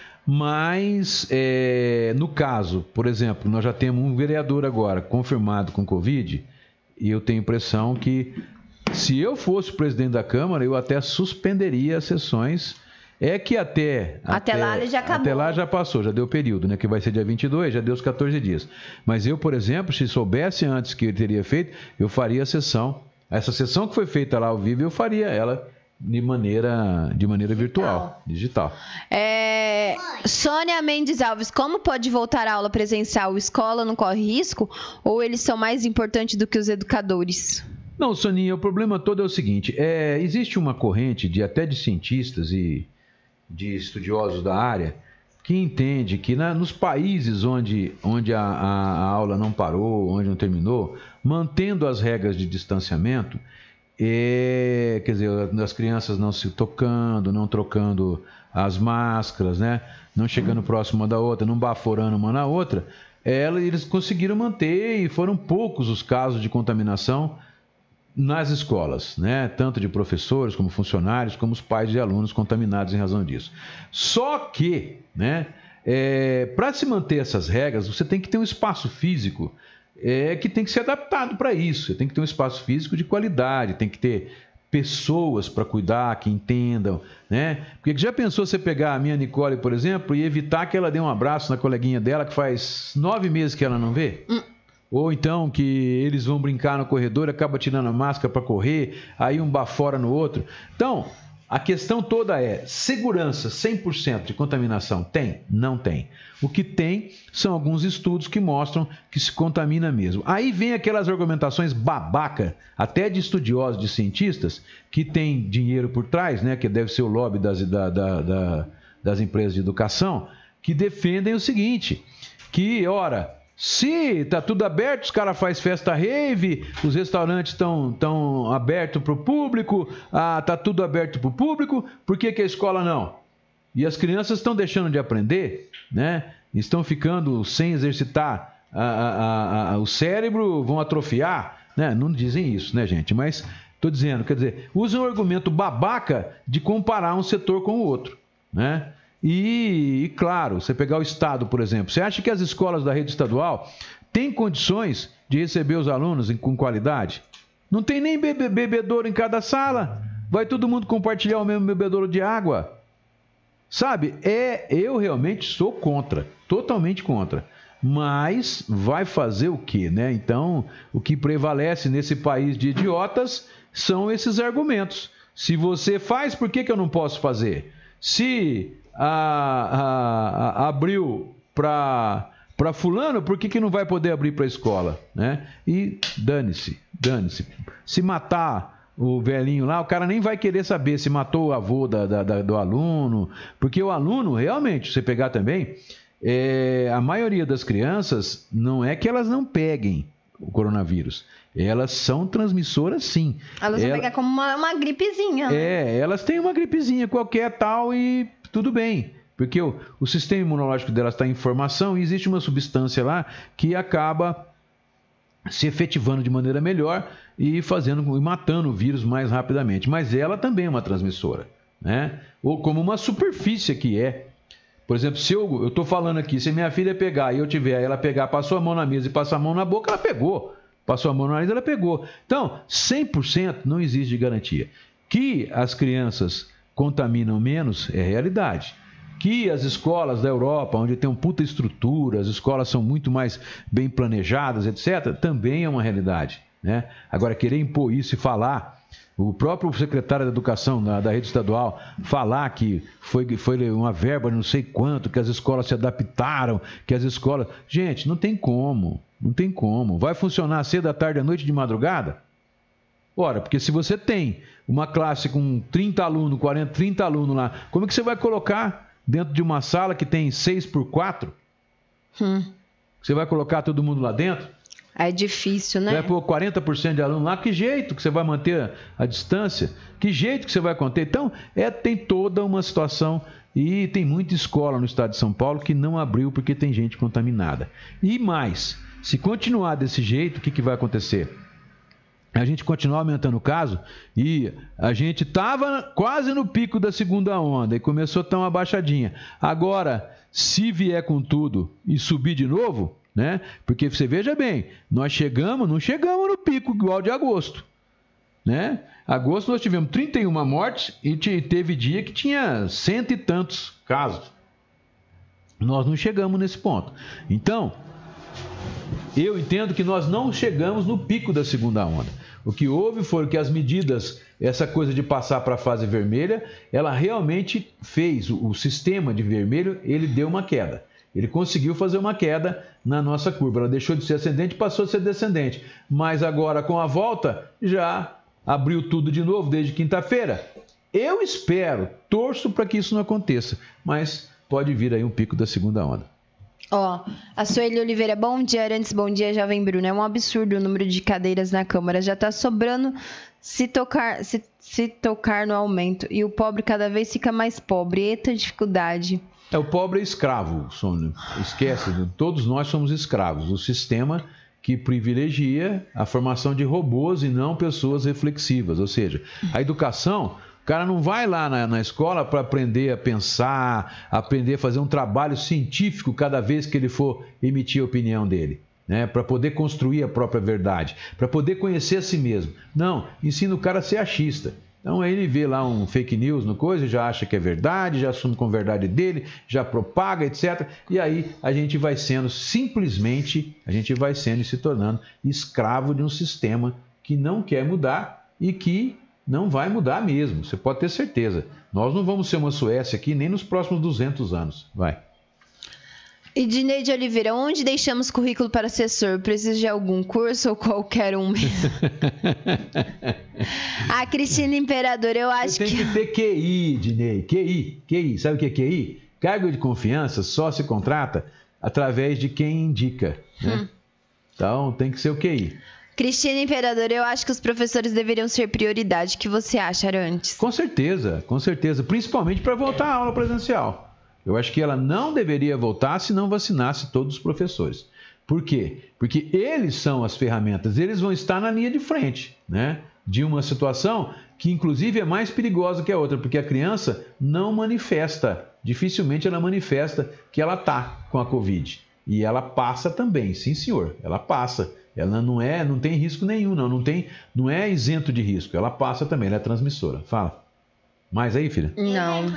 Speaker 3: Mas, no caso, por exemplo, nós já temos um vereador agora confirmado com Covid, e eu tenho a impressão que, se eu fosse presidente da Câmara, eu até suspenderia as sessões. É que até
Speaker 7: lá ele já acabou.
Speaker 3: Até lá já passou, já deu o período, né? Que vai ser dia 22, já deu os 14 dias. Mas eu, por exemplo, se soubesse antes que ele teria feito, eu faria a sessão. Essa sessão que foi feita lá ao vivo, eu faria ela de maneira virtual, digital.
Speaker 7: Sônia Mendes Alves, como pode voltar à aula presencial? A escola não corre risco? Ou eles são mais importantes do que os educadores?
Speaker 3: Não, Soninha, o problema todo é o seguinte, existe uma corrente até de cientistas e de estudiosos da área que entende que nos países onde a aula não parou, onde não terminou, mantendo as regras de distanciamento, quer dizer, as crianças não se tocando, não trocando as máscaras, né? Não chegando próximo uma da outra, não baforando uma na outra, eles conseguiram manter, e foram poucos os casos de contaminação nas escolas, né? Tanto de professores como funcionários, como os pais de alunos contaminados em razão disso. Só que, né, para se manter essas regras, você tem que ter um espaço físico que tem que ser adaptado para isso. Você tem que ter um espaço físico de qualidade, tem que ter pessoas para cuidar, que entendam, né? Porque já pensou você pegar a minha Nicole, por exemplo, e evitar que ela dê um abraço na coleguinha dela que faz 9 meses que ela não vê? Ou então que eles vão brincar no corredor, acaba tirando a máscara para correr, aí um bafora no outro. Então, a questão toda é, segurança 100% de contaminação tem? Não tem. O que tem são alguns estudos que mostram que se contamina mesmo. Aí vem aquelas argumentações babaca, até de estudiosos, de cientistas, que tem dinheiro por trás, né, que deve ser o lobby das empresas de educação, que defendem o seguinte, que, ora, se está tudo aberto, os caras fazem festa rave, os restaurantes estão abertos para o público, está tudo aberto para o público, por que a escola não? E as crianças estão deixando de aprender, né? Estão ficando sem exercitar o cérebro, vão atrofiar, né? Não dizem isso, né, gente? Mas estou dizendo, quer dizer, usam o argumento babaca de comparar um setor com o outro, né? E, claro, você pegar o Estado, por exemplo, você acha que as escolas da rede estadual têm condições de receber os alunos com qualidade? Não tem nem bebedouro em cada sala. Vai todo mundo compartilhar o mesmo bebedouro de água. Sabe, eu realmente sou contra, totalmente contra. Mas vai fazer o quê, né? Então, o que prevalece nesse país de idiotas são esses argumentos. Se você faz, por que eu não posso fazer? Se abriu para fulano, por que não vai poder abrir para a escola, né? E dane-se. Se matar o velhinho lá, o cara nem vai querer saber se matou o avô do aluno, porque o aluno, realmente, se você pegar também, a maioria das crianças, não é que elas não peguem o coronavírus, elas são transmissoras sim.
Speaker 7: Elas vão pegar como uma gripezinha.
Speaker 3: Elas têm uma gripezinha qualquer tal e tudo bem, porque o sistema imunológico delas está em formação e existe uma substância lá que acaba se efetivando de maneira melhor e matando o vírus mais rapidamente. Mas ela também é uma transmissora, né? Ou como uma superfície que é. Por exemplo, se eu estou falando aqui, se minha filha pegar e eu tiver, ela pegar, passou a mão na mesa e passar a mão na boca, ela pegou. Passou a mão no nariz, ela pegou. Então, 100% não existe garantia. Que as crianças contaminam menos é realidade. Que as escolas da Europa, onde tem uma puta estrutura, as escolas são muito mais bem planejadas, etc., também é uma realidade, né? Agora, querer impor isso e falar, o próprio secretário da Educação da rede estadual falar que foi uma verba não sei quanto, que as escolas se adaptaram, que as escolas... Gente, não tem como. Vai funcionar cedo, à tarde, à noite, de madrugada? Ora, porque se você tem uma classe com 30 alunos, 40, 30 alunos lá, como é que você vai colocar dentro de uma sala que tem 6 por 4? Você vai colocar todo mundo lá dentro?
Speaker 7: É difícil, né?
Speaker 3: Vai pôr 40% de aluno lá, que jeito que você vai manter a distância? Que jeito que você vai conter? Então, tem toda uma situação e tem muita escola no estado de São Paulo que não abriu porque tem gente contaminada. E mais, se continuar desse jeito, o que vai acontecer? A gente continuar aumentando o caso e a gente estava quase no pico da segunda onda e começou a dar uma baixadinha. Agora, se vier com tudo e subir de novo, né? Porque você veja bem, nós não chegamos no pico igual de agosto, né? Agosto nós tivemos 31 mortes e teve dia que tinha 100 e tantos casos. Nós não chegamos nesse ponto. Então, eu entendo que nós não chegamos no pico da segunda onda. O que houve foi que as medidas, essa coisa de passar para a fase vermelha, ela realmente fez, o sistema de vermelho, ele deu uma queda. Ele conseguiu fazer uma queda na nossa curva. Ela deixou de ser ascendente e passou a ser descendente. Mas agora, com a volta, já abriu tudo de novo desde quinta-feira. Eu espero, torço para que isso não aconteça. Mas pode vir aí um pico da segunda onda.
Speaker 7: A Sueli Oliveira, bom dia, Arantes, bom dia, Jovem Bruno. É um absurdo o número de cadeiras na Câmara. Já está sobrando se tocar no aumento. E o pobre cada vez fica mais pobre. Eita dificuldade.
Speaker 3: O pobre é escravo, Sônia. Esquece, todos nós somos escravos. O sistema que privilegia a formação de robôs e não pessoas reflexivas. Ou seja, a educação, o cara não vai lá na escola para aprender a pensar, aprender a fazer um trabalho científico cada vez que ele for emitir a opinião dele, né? Para poder construir a própria verdade, para poder conhecer a si mesmo. Não, ensina o cara a ser achista. Então aí ele vê lá um fake news no coisa, já acha que é verdade, já assume como verdade dele, já propaga, etc. E aí a gente vai sendo, simplesmente, e se tornando escravo de um sistema que não quer mudar e que não vai mudar mesmo. Você pode ter certeza. Nós não vamos ser uma Suécia aqui nem nos próximos 200 anos. Vai.
Speaker 7: E Dineide Oliveira, onde deixamos currículo para assessor? Precisa de algum curso ou qualquer um mesmo? A Cristina Imperador, eu acho
Speaker 3: que... Você tem que ter QI, Dineide. QI. Sabe o que é QI? Cargo de confiança só se contrata através de quem indica, né? Então, tem que ser o QI.
Speaker 7: Cristina Imperador, eu acho que os professores deveriam ser prioridade. O que você acha, Arantes?
Speaker 3: Com certeza. Principalmente para voltar à aula presencial. Eu acho que ela não deveria voltar se não vacinasse todos os professores. Por quê? Porque eles são as ferramentas, eles vão estar na linha de frente, né? De uma situação que, inclusive, é mais perigosa que a outra, porque a criança não manifesta, dificilmente ela manifesta que ela está com a Covid. E ela passa também, sim senhor, ela passa. Ela não tem risco nenhum, não é isento de risco, ela passa também, ela é transmissora. Fala. Mais aí, filha?
Speaker 7: Não.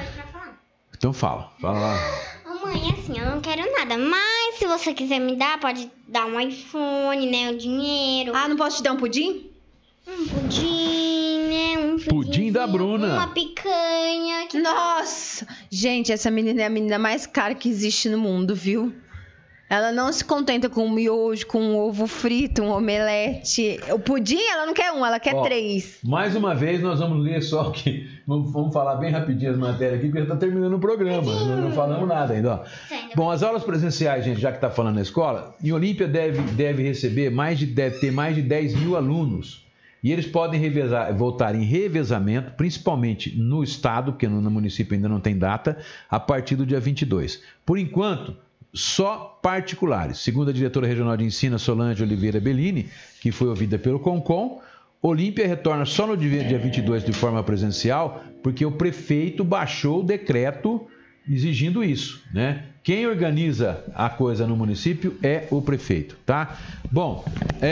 Speaker 3: Então fala lá.
Speaker 5: Mãe, assim, eu não quero nada, mas se você quiser me dar, pode dar um iPhone, né, o dinheiro.
Speaker 7: Não posso te dar um pudim?
Speaker 5: Um pudim, né,
Speaker 3: pudim da Bruna.
Speaker 5: Uma picanha.
Speaker 7: Nossa! Gente, essa menina é a menina mais cara que existe no mundo, viu? Ela não se contenta com um miojo, com um ovo frito, um omelete. O pudim, ela não quer ela quer 3.
Speaker 3: Mais uma vez, nós vamos ler só que... Vamos falar bem rapidinho as matérias aqui, porque já está terminando o programa. Nós não falamos nada ainda. Bom, as aulas presenciais, gente, já que está falando na escola, em Olímpia deve ter mais de 10 mil alunos. E eles podem voltar em revezamento, principalmente no estado, porque no município ainda não tem data, a partir do dia 22. Por enquanto... só particulares. Segundo a diretora regional de ensino, Solange Oliveira Bellini, que foi ouvida pelo Concom, Olímpia retorna só no dia 22 de forma presencial, porque o prefeito baixou o decreto exigindo isso, né? Quem organiza a coisa no município é o prefeito, tá? Bom,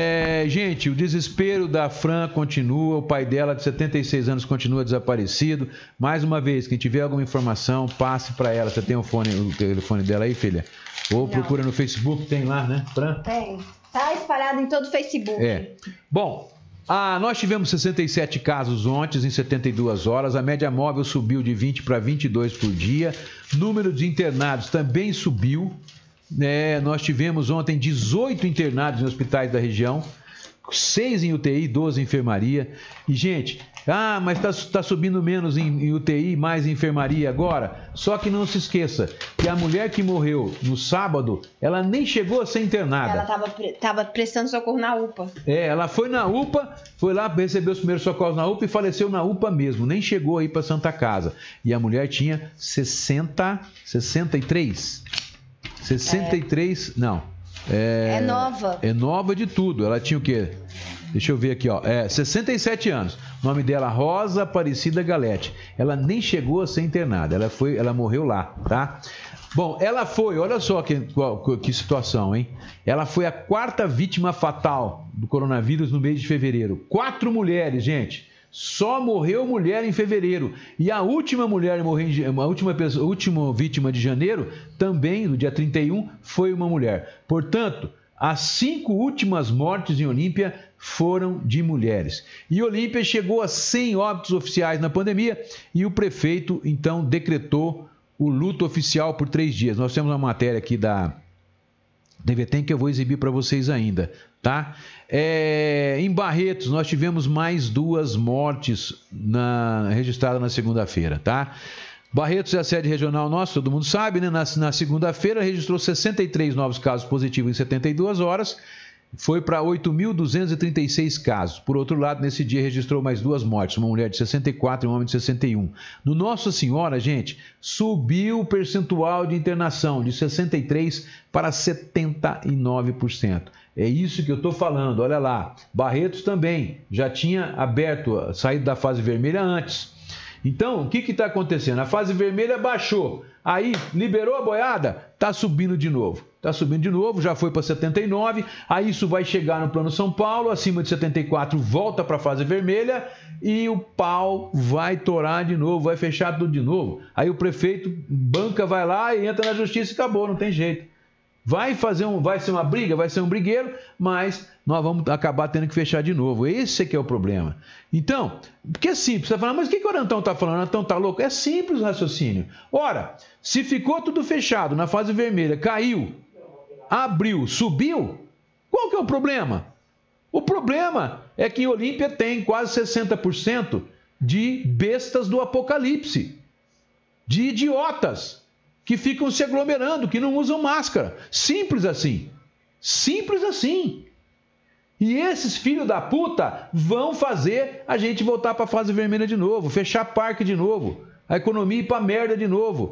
Speaker 3: gente, o desespero da Fran continua, o pai dela de 76 anos continua desaparecido. Mais uma vez, quem tiver alguma informação, passe para ela. Você tem o telefone dela aí, filha? Ou procura no Facebook, tem lá, né, Fran?
Speaker 7: Tem, tá espalhado em todo o Facebook.
Speaker 3: Bom... nós tivemos 67 casos ontem, em 72 horas. A média móvel subiu de 20 para 22 por dia. Número de internados também subiu. Nós tivemos ontem 18 internados em hospitais da região, 6 em UTI, 12 em enfermaria. E, gente, Ah, mas tá subindo menos em UTI, mais em enfermaria agora. Só que não se esqueça que a mulher que morreu no sábado, ela nem chegou a ser internada.
Speaker 7: Ela tava prestando socorro na UPA.
Speaker 3: Ela foi na UPA, foi lá, recebeu os primeiros socorros na UPA e faleceu na UPA mesmo. Nem chegou aí para Santa Casa. E a mulher tinha 63. Não.
Speaker 7: É nova.
Speaker 3: É nova de tudo. Ela tinha o quê? Deixa eu ver aqui, ó. 67 anos. O nome dela, Rosa Aparecida Galete. Ela nem chegou a ser internada. Ela morreu lá, tá? Bom, ela foi, olha só que situação, hein? Ela foi a 4ª vítima fatal do coronavírus no mês de fevereiro. 4 mulheres, gente. Só morreu mulher em fevereiro. E a última mulher a morrer, a última vítima de janeiro, também no dia 31, foi uma mulher. Portanto, as 5 últimas mortes em Olímpia foram de mulheres. E Olímpia chegou a 100 óbitos oficiais na pandemia e o prefeito, então, decretou o luto oficial por 3 dias. Nós temos uma matéria aqui da TVTEM que eu vou exibir para vocês ainda, tá? Em Barretos, nós tivemos mais 2 mortes registradas na segunda-feira, tá? Barretos é a sede regional nossa, todo mundo sabe, né? Na segunda-feira registrou 63 novos casos positivos em 72 horas, foi para 8.236 casos. Por outro lado, nesse dia registrou mais 2 mortes, uma mulher de 64 e um homem de 61. No Nossa Senhora, gente, subiu o percentual de internação de 63% para 79%. É isso que eu estou falando, olha lá. Barretos também já tinha saído da fase vermelha antes. Então, o que está acontecendo? A fase vermelha baixou, aí liberou a boiada, está subindo de novo. Está subindo de novo, já foi para 79, aí isso vai chegar no Plano São Paulo, acima de 74 volta para a fase vermelha e o pau vai torar de novo, vai fechar tudo de novo. Aí o prefeito banca, vai lá e entra na justiça e acabou, não tem jeito. Vai ser uma briga, vai ser um brigueiro, mas nós vamos acabar tendo que fechar de novo. Esse é que é o problema. Então, porque é simples. Você vai falar, mas o que o Orantão está falando? O Orantão está louco? É simples o raciocínio. Ora, se ficou tudo fechado na fase vermelha, caiu, abriu, subiu, qual que é o problema? O problema é que em Olímpia tem quase 60% de bestas do apocalipse, de idiotas, que ficam se aglomerando, que não usam máscara. Simples assim. Simples assim. E esses filhos da puta vão fazer a gente voltar para a fase vermelha de novo, fechar parque de novo, a economia ir para merda de novo.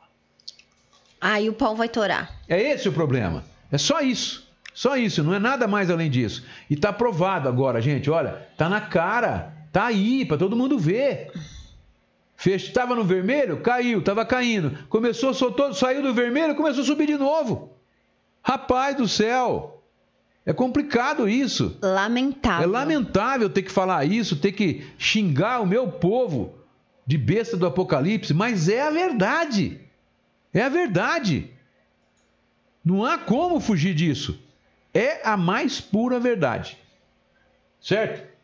Speaker 7: Aí o pau vai torar.
Speaker 3: É esse o problema. É só isso. Só isso, não é nada mais além disso. E está provado agora, gente, olha, tá na cara, tá aí para todo mundo ver. Estava no vermelho, caiu, estava caindo. Começou, soltou, saiu do vermelho, começou a subir de novo. Rapaz do céu, é complicado isso.
Speaker 7: Lamentável.
Speaker 3: É lamentável ter que falar isso, ter que xingar o meu povo de besta do apocalipse, mas é a verdade. É a verdade. Não há como fugir disso. É a mais pura verdade. Certo?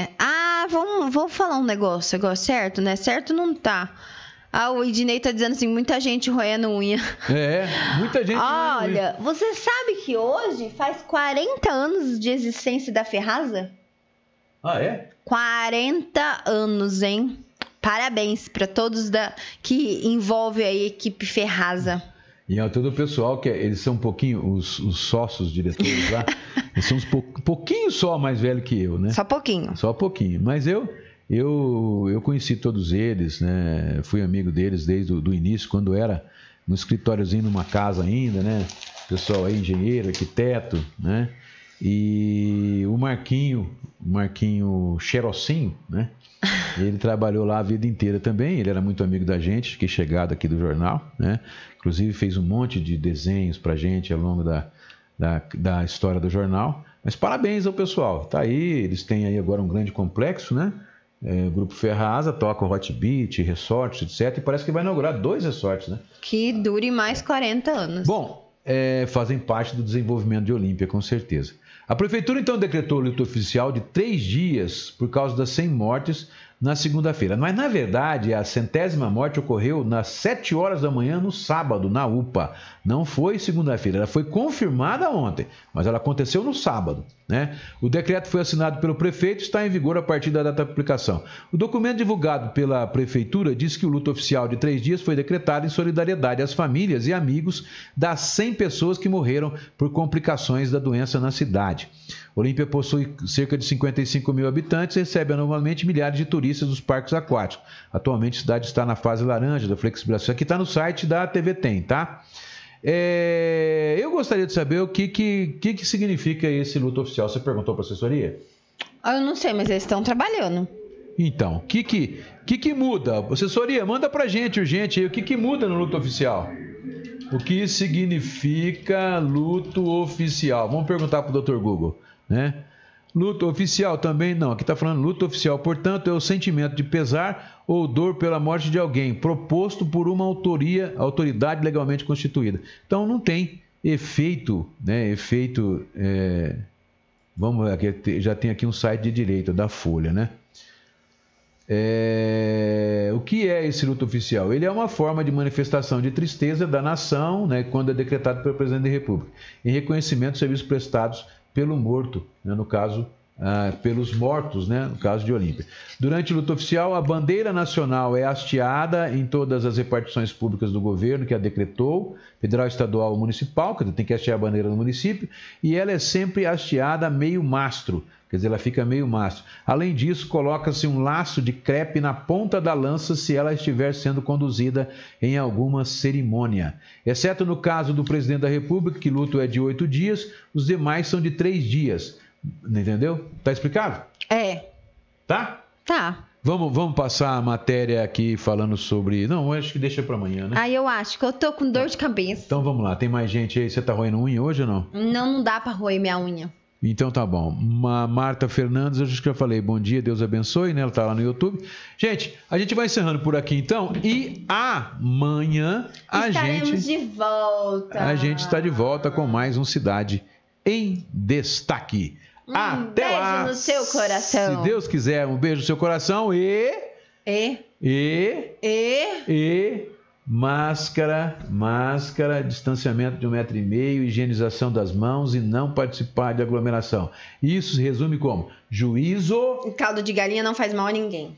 Speaker 7: Vamos falar um negócio certo, né? Certo não tá. O Ednei tá dizendo assim, muita gente roendo unha.
Speaker 3: Muita gente roendo unha.
Speaker 7: Olha, você sabe que hoje faz 40 anos de existência da Ferrasa?
Speaker 3: Ah, é?
Speaker 7: 40 anos, hein? Parabéns para todos que envolve a equipe Ferrasa.
Speaker 3: E é todo o pessoal que eles são um pouquinho, os sócios diretores lá, eles são um pouquinho só mais velho que eu, né?
Speaker 7: Só pouquinho.
Speaker 3: Só pouquinho. Mas eu conheci todos eles, né? Fui amigo deles desde o início, quando era no escritóriozinho numa casa ainda, né? Pessoal aí, engenheiro, arquiteto, né? E o Marquinho Xerocinho, né? Ele trabalhou lá a vida inteira também, ele era muito amigo da gente, que é chegado aqui do jornal, né? Inclusive fez um monte de desenhos pra gente ao longo da história do jornal. Mas parabéns ao pessoal, tá aí, eles têm aí agora um grande complexo, né? O Grupo Ferrasa toca o Hot Beach, resorts, etc. E parece que vai inaugurar 2 resorts, né?
Speaker 7: Que dure mais 40 anos.
Speaker 3: Bom, fazem parte do desenvolvimento de Olímpia, com certeza. A prefeitura então decretou luto oficial de 3 dias por causa das 100 mortes na segunda-feira. Mas, na verdade, a 100ª morte ocorreu nas 7 horas da manhã no sábado, na UPA. Não foi segunda-feira, ela foi confirmada ontem, mas ela aconteceu no sábado, né? O decreto foi assinado pelo prefeito e está em vigor a partir da data de publicação. O documento divulgado pela prefeitura diz que o luto oficial de 3 dias foi decretado em solidariedade às famílias e amigos das 100 pessoas que morreram por complicações da doença na cidade. Olímpia possui cerca de 55 mil habitantes e recebe anualmente milhares de turistas dos parques aquáticos. Atualmente a cidade está na fase laranja da flexibilização. Isso aqui está no site da TV Tem, tá? Eu gostaria de saber o que significa esse luto oficial. Você perguntou para a assessoria?
Speaker 7: Eu não sei, mas eles estão trabalhando.
Speaker 3: Então, o que muda? Assessoria, manda pra gente urgente aí. O que muda no luto oficial? O que significa luto oficial? Vamos perguntar pro Dr. Google, né? Luto oficial também não. Aqui está falando luto oficial. Portanto, é o sentimento de pesar ou dor pela morte de alguém, proposto por uma autoridade legalmente constituída. Então, não tem efeito, né? Vamos aqui, já tem aqui um site de direito da Folha, né? O que é esse luto oficial? Ele é uma forma de manifestação de tristeza da nação, né, quando é decretado pelo presidente da República, em reconhecimento dos serviços prestados pelo morto, né, no caso, pelos mortos, né, no caso de Olímpia. Durante o luto oficial, a bandeira nacional é hasteada em todas as repartições públicas do governo que a decretou, federal, estadual ou municipal, que tem que hastear a bandeira no município, e ela é sempre hasteada meio mastro, quer dizer, ela fica meio mastro. Além disso, coloca-se um laço de crepe na ponta da lança se ela estiver sendo conduzida em alguma cerimônia. Exceto no caso do presidente da República, que luto é de 8 dias, os demais são de 3 dias. Entendeu? Tá explicado? Tá?
Speaker 7: Tá.
Speaker 3: Vamos passar a matéria aqui falando sobre... Não, eu acho que deixa para amanhã, né?
Speaker 7: Eu acho que eu tô com dor de cabeça.
Speaker 3: Então vamos lá, tem mais gente aí. Você tá roendo unha hoje ou não?
Speaker 7: Não dá para roer minha unha.
Speaker 3: Então tá bom. Marta Fernandes, eu já falei, bom dia, Deus abençoe, né? Ela tá lá no YouTube. Gente, a gente vai encerrando por aqui então e amanhã
Speaker 7: estaremos de volta.
Speaker 3: A gente está de volta com mais um Cidade em Destaque. Até lá.
Speaker 7: Beijo no seu coração.
Speaker 3: Se Deus quiser, um beijo no seu coração e máscara, distanciamento de 1,5 m, higienização das mãos e não participar de aglomeração. Isso se resume como juízo.
Speaker 7: Caldo de galinha não faz mal a ninguém.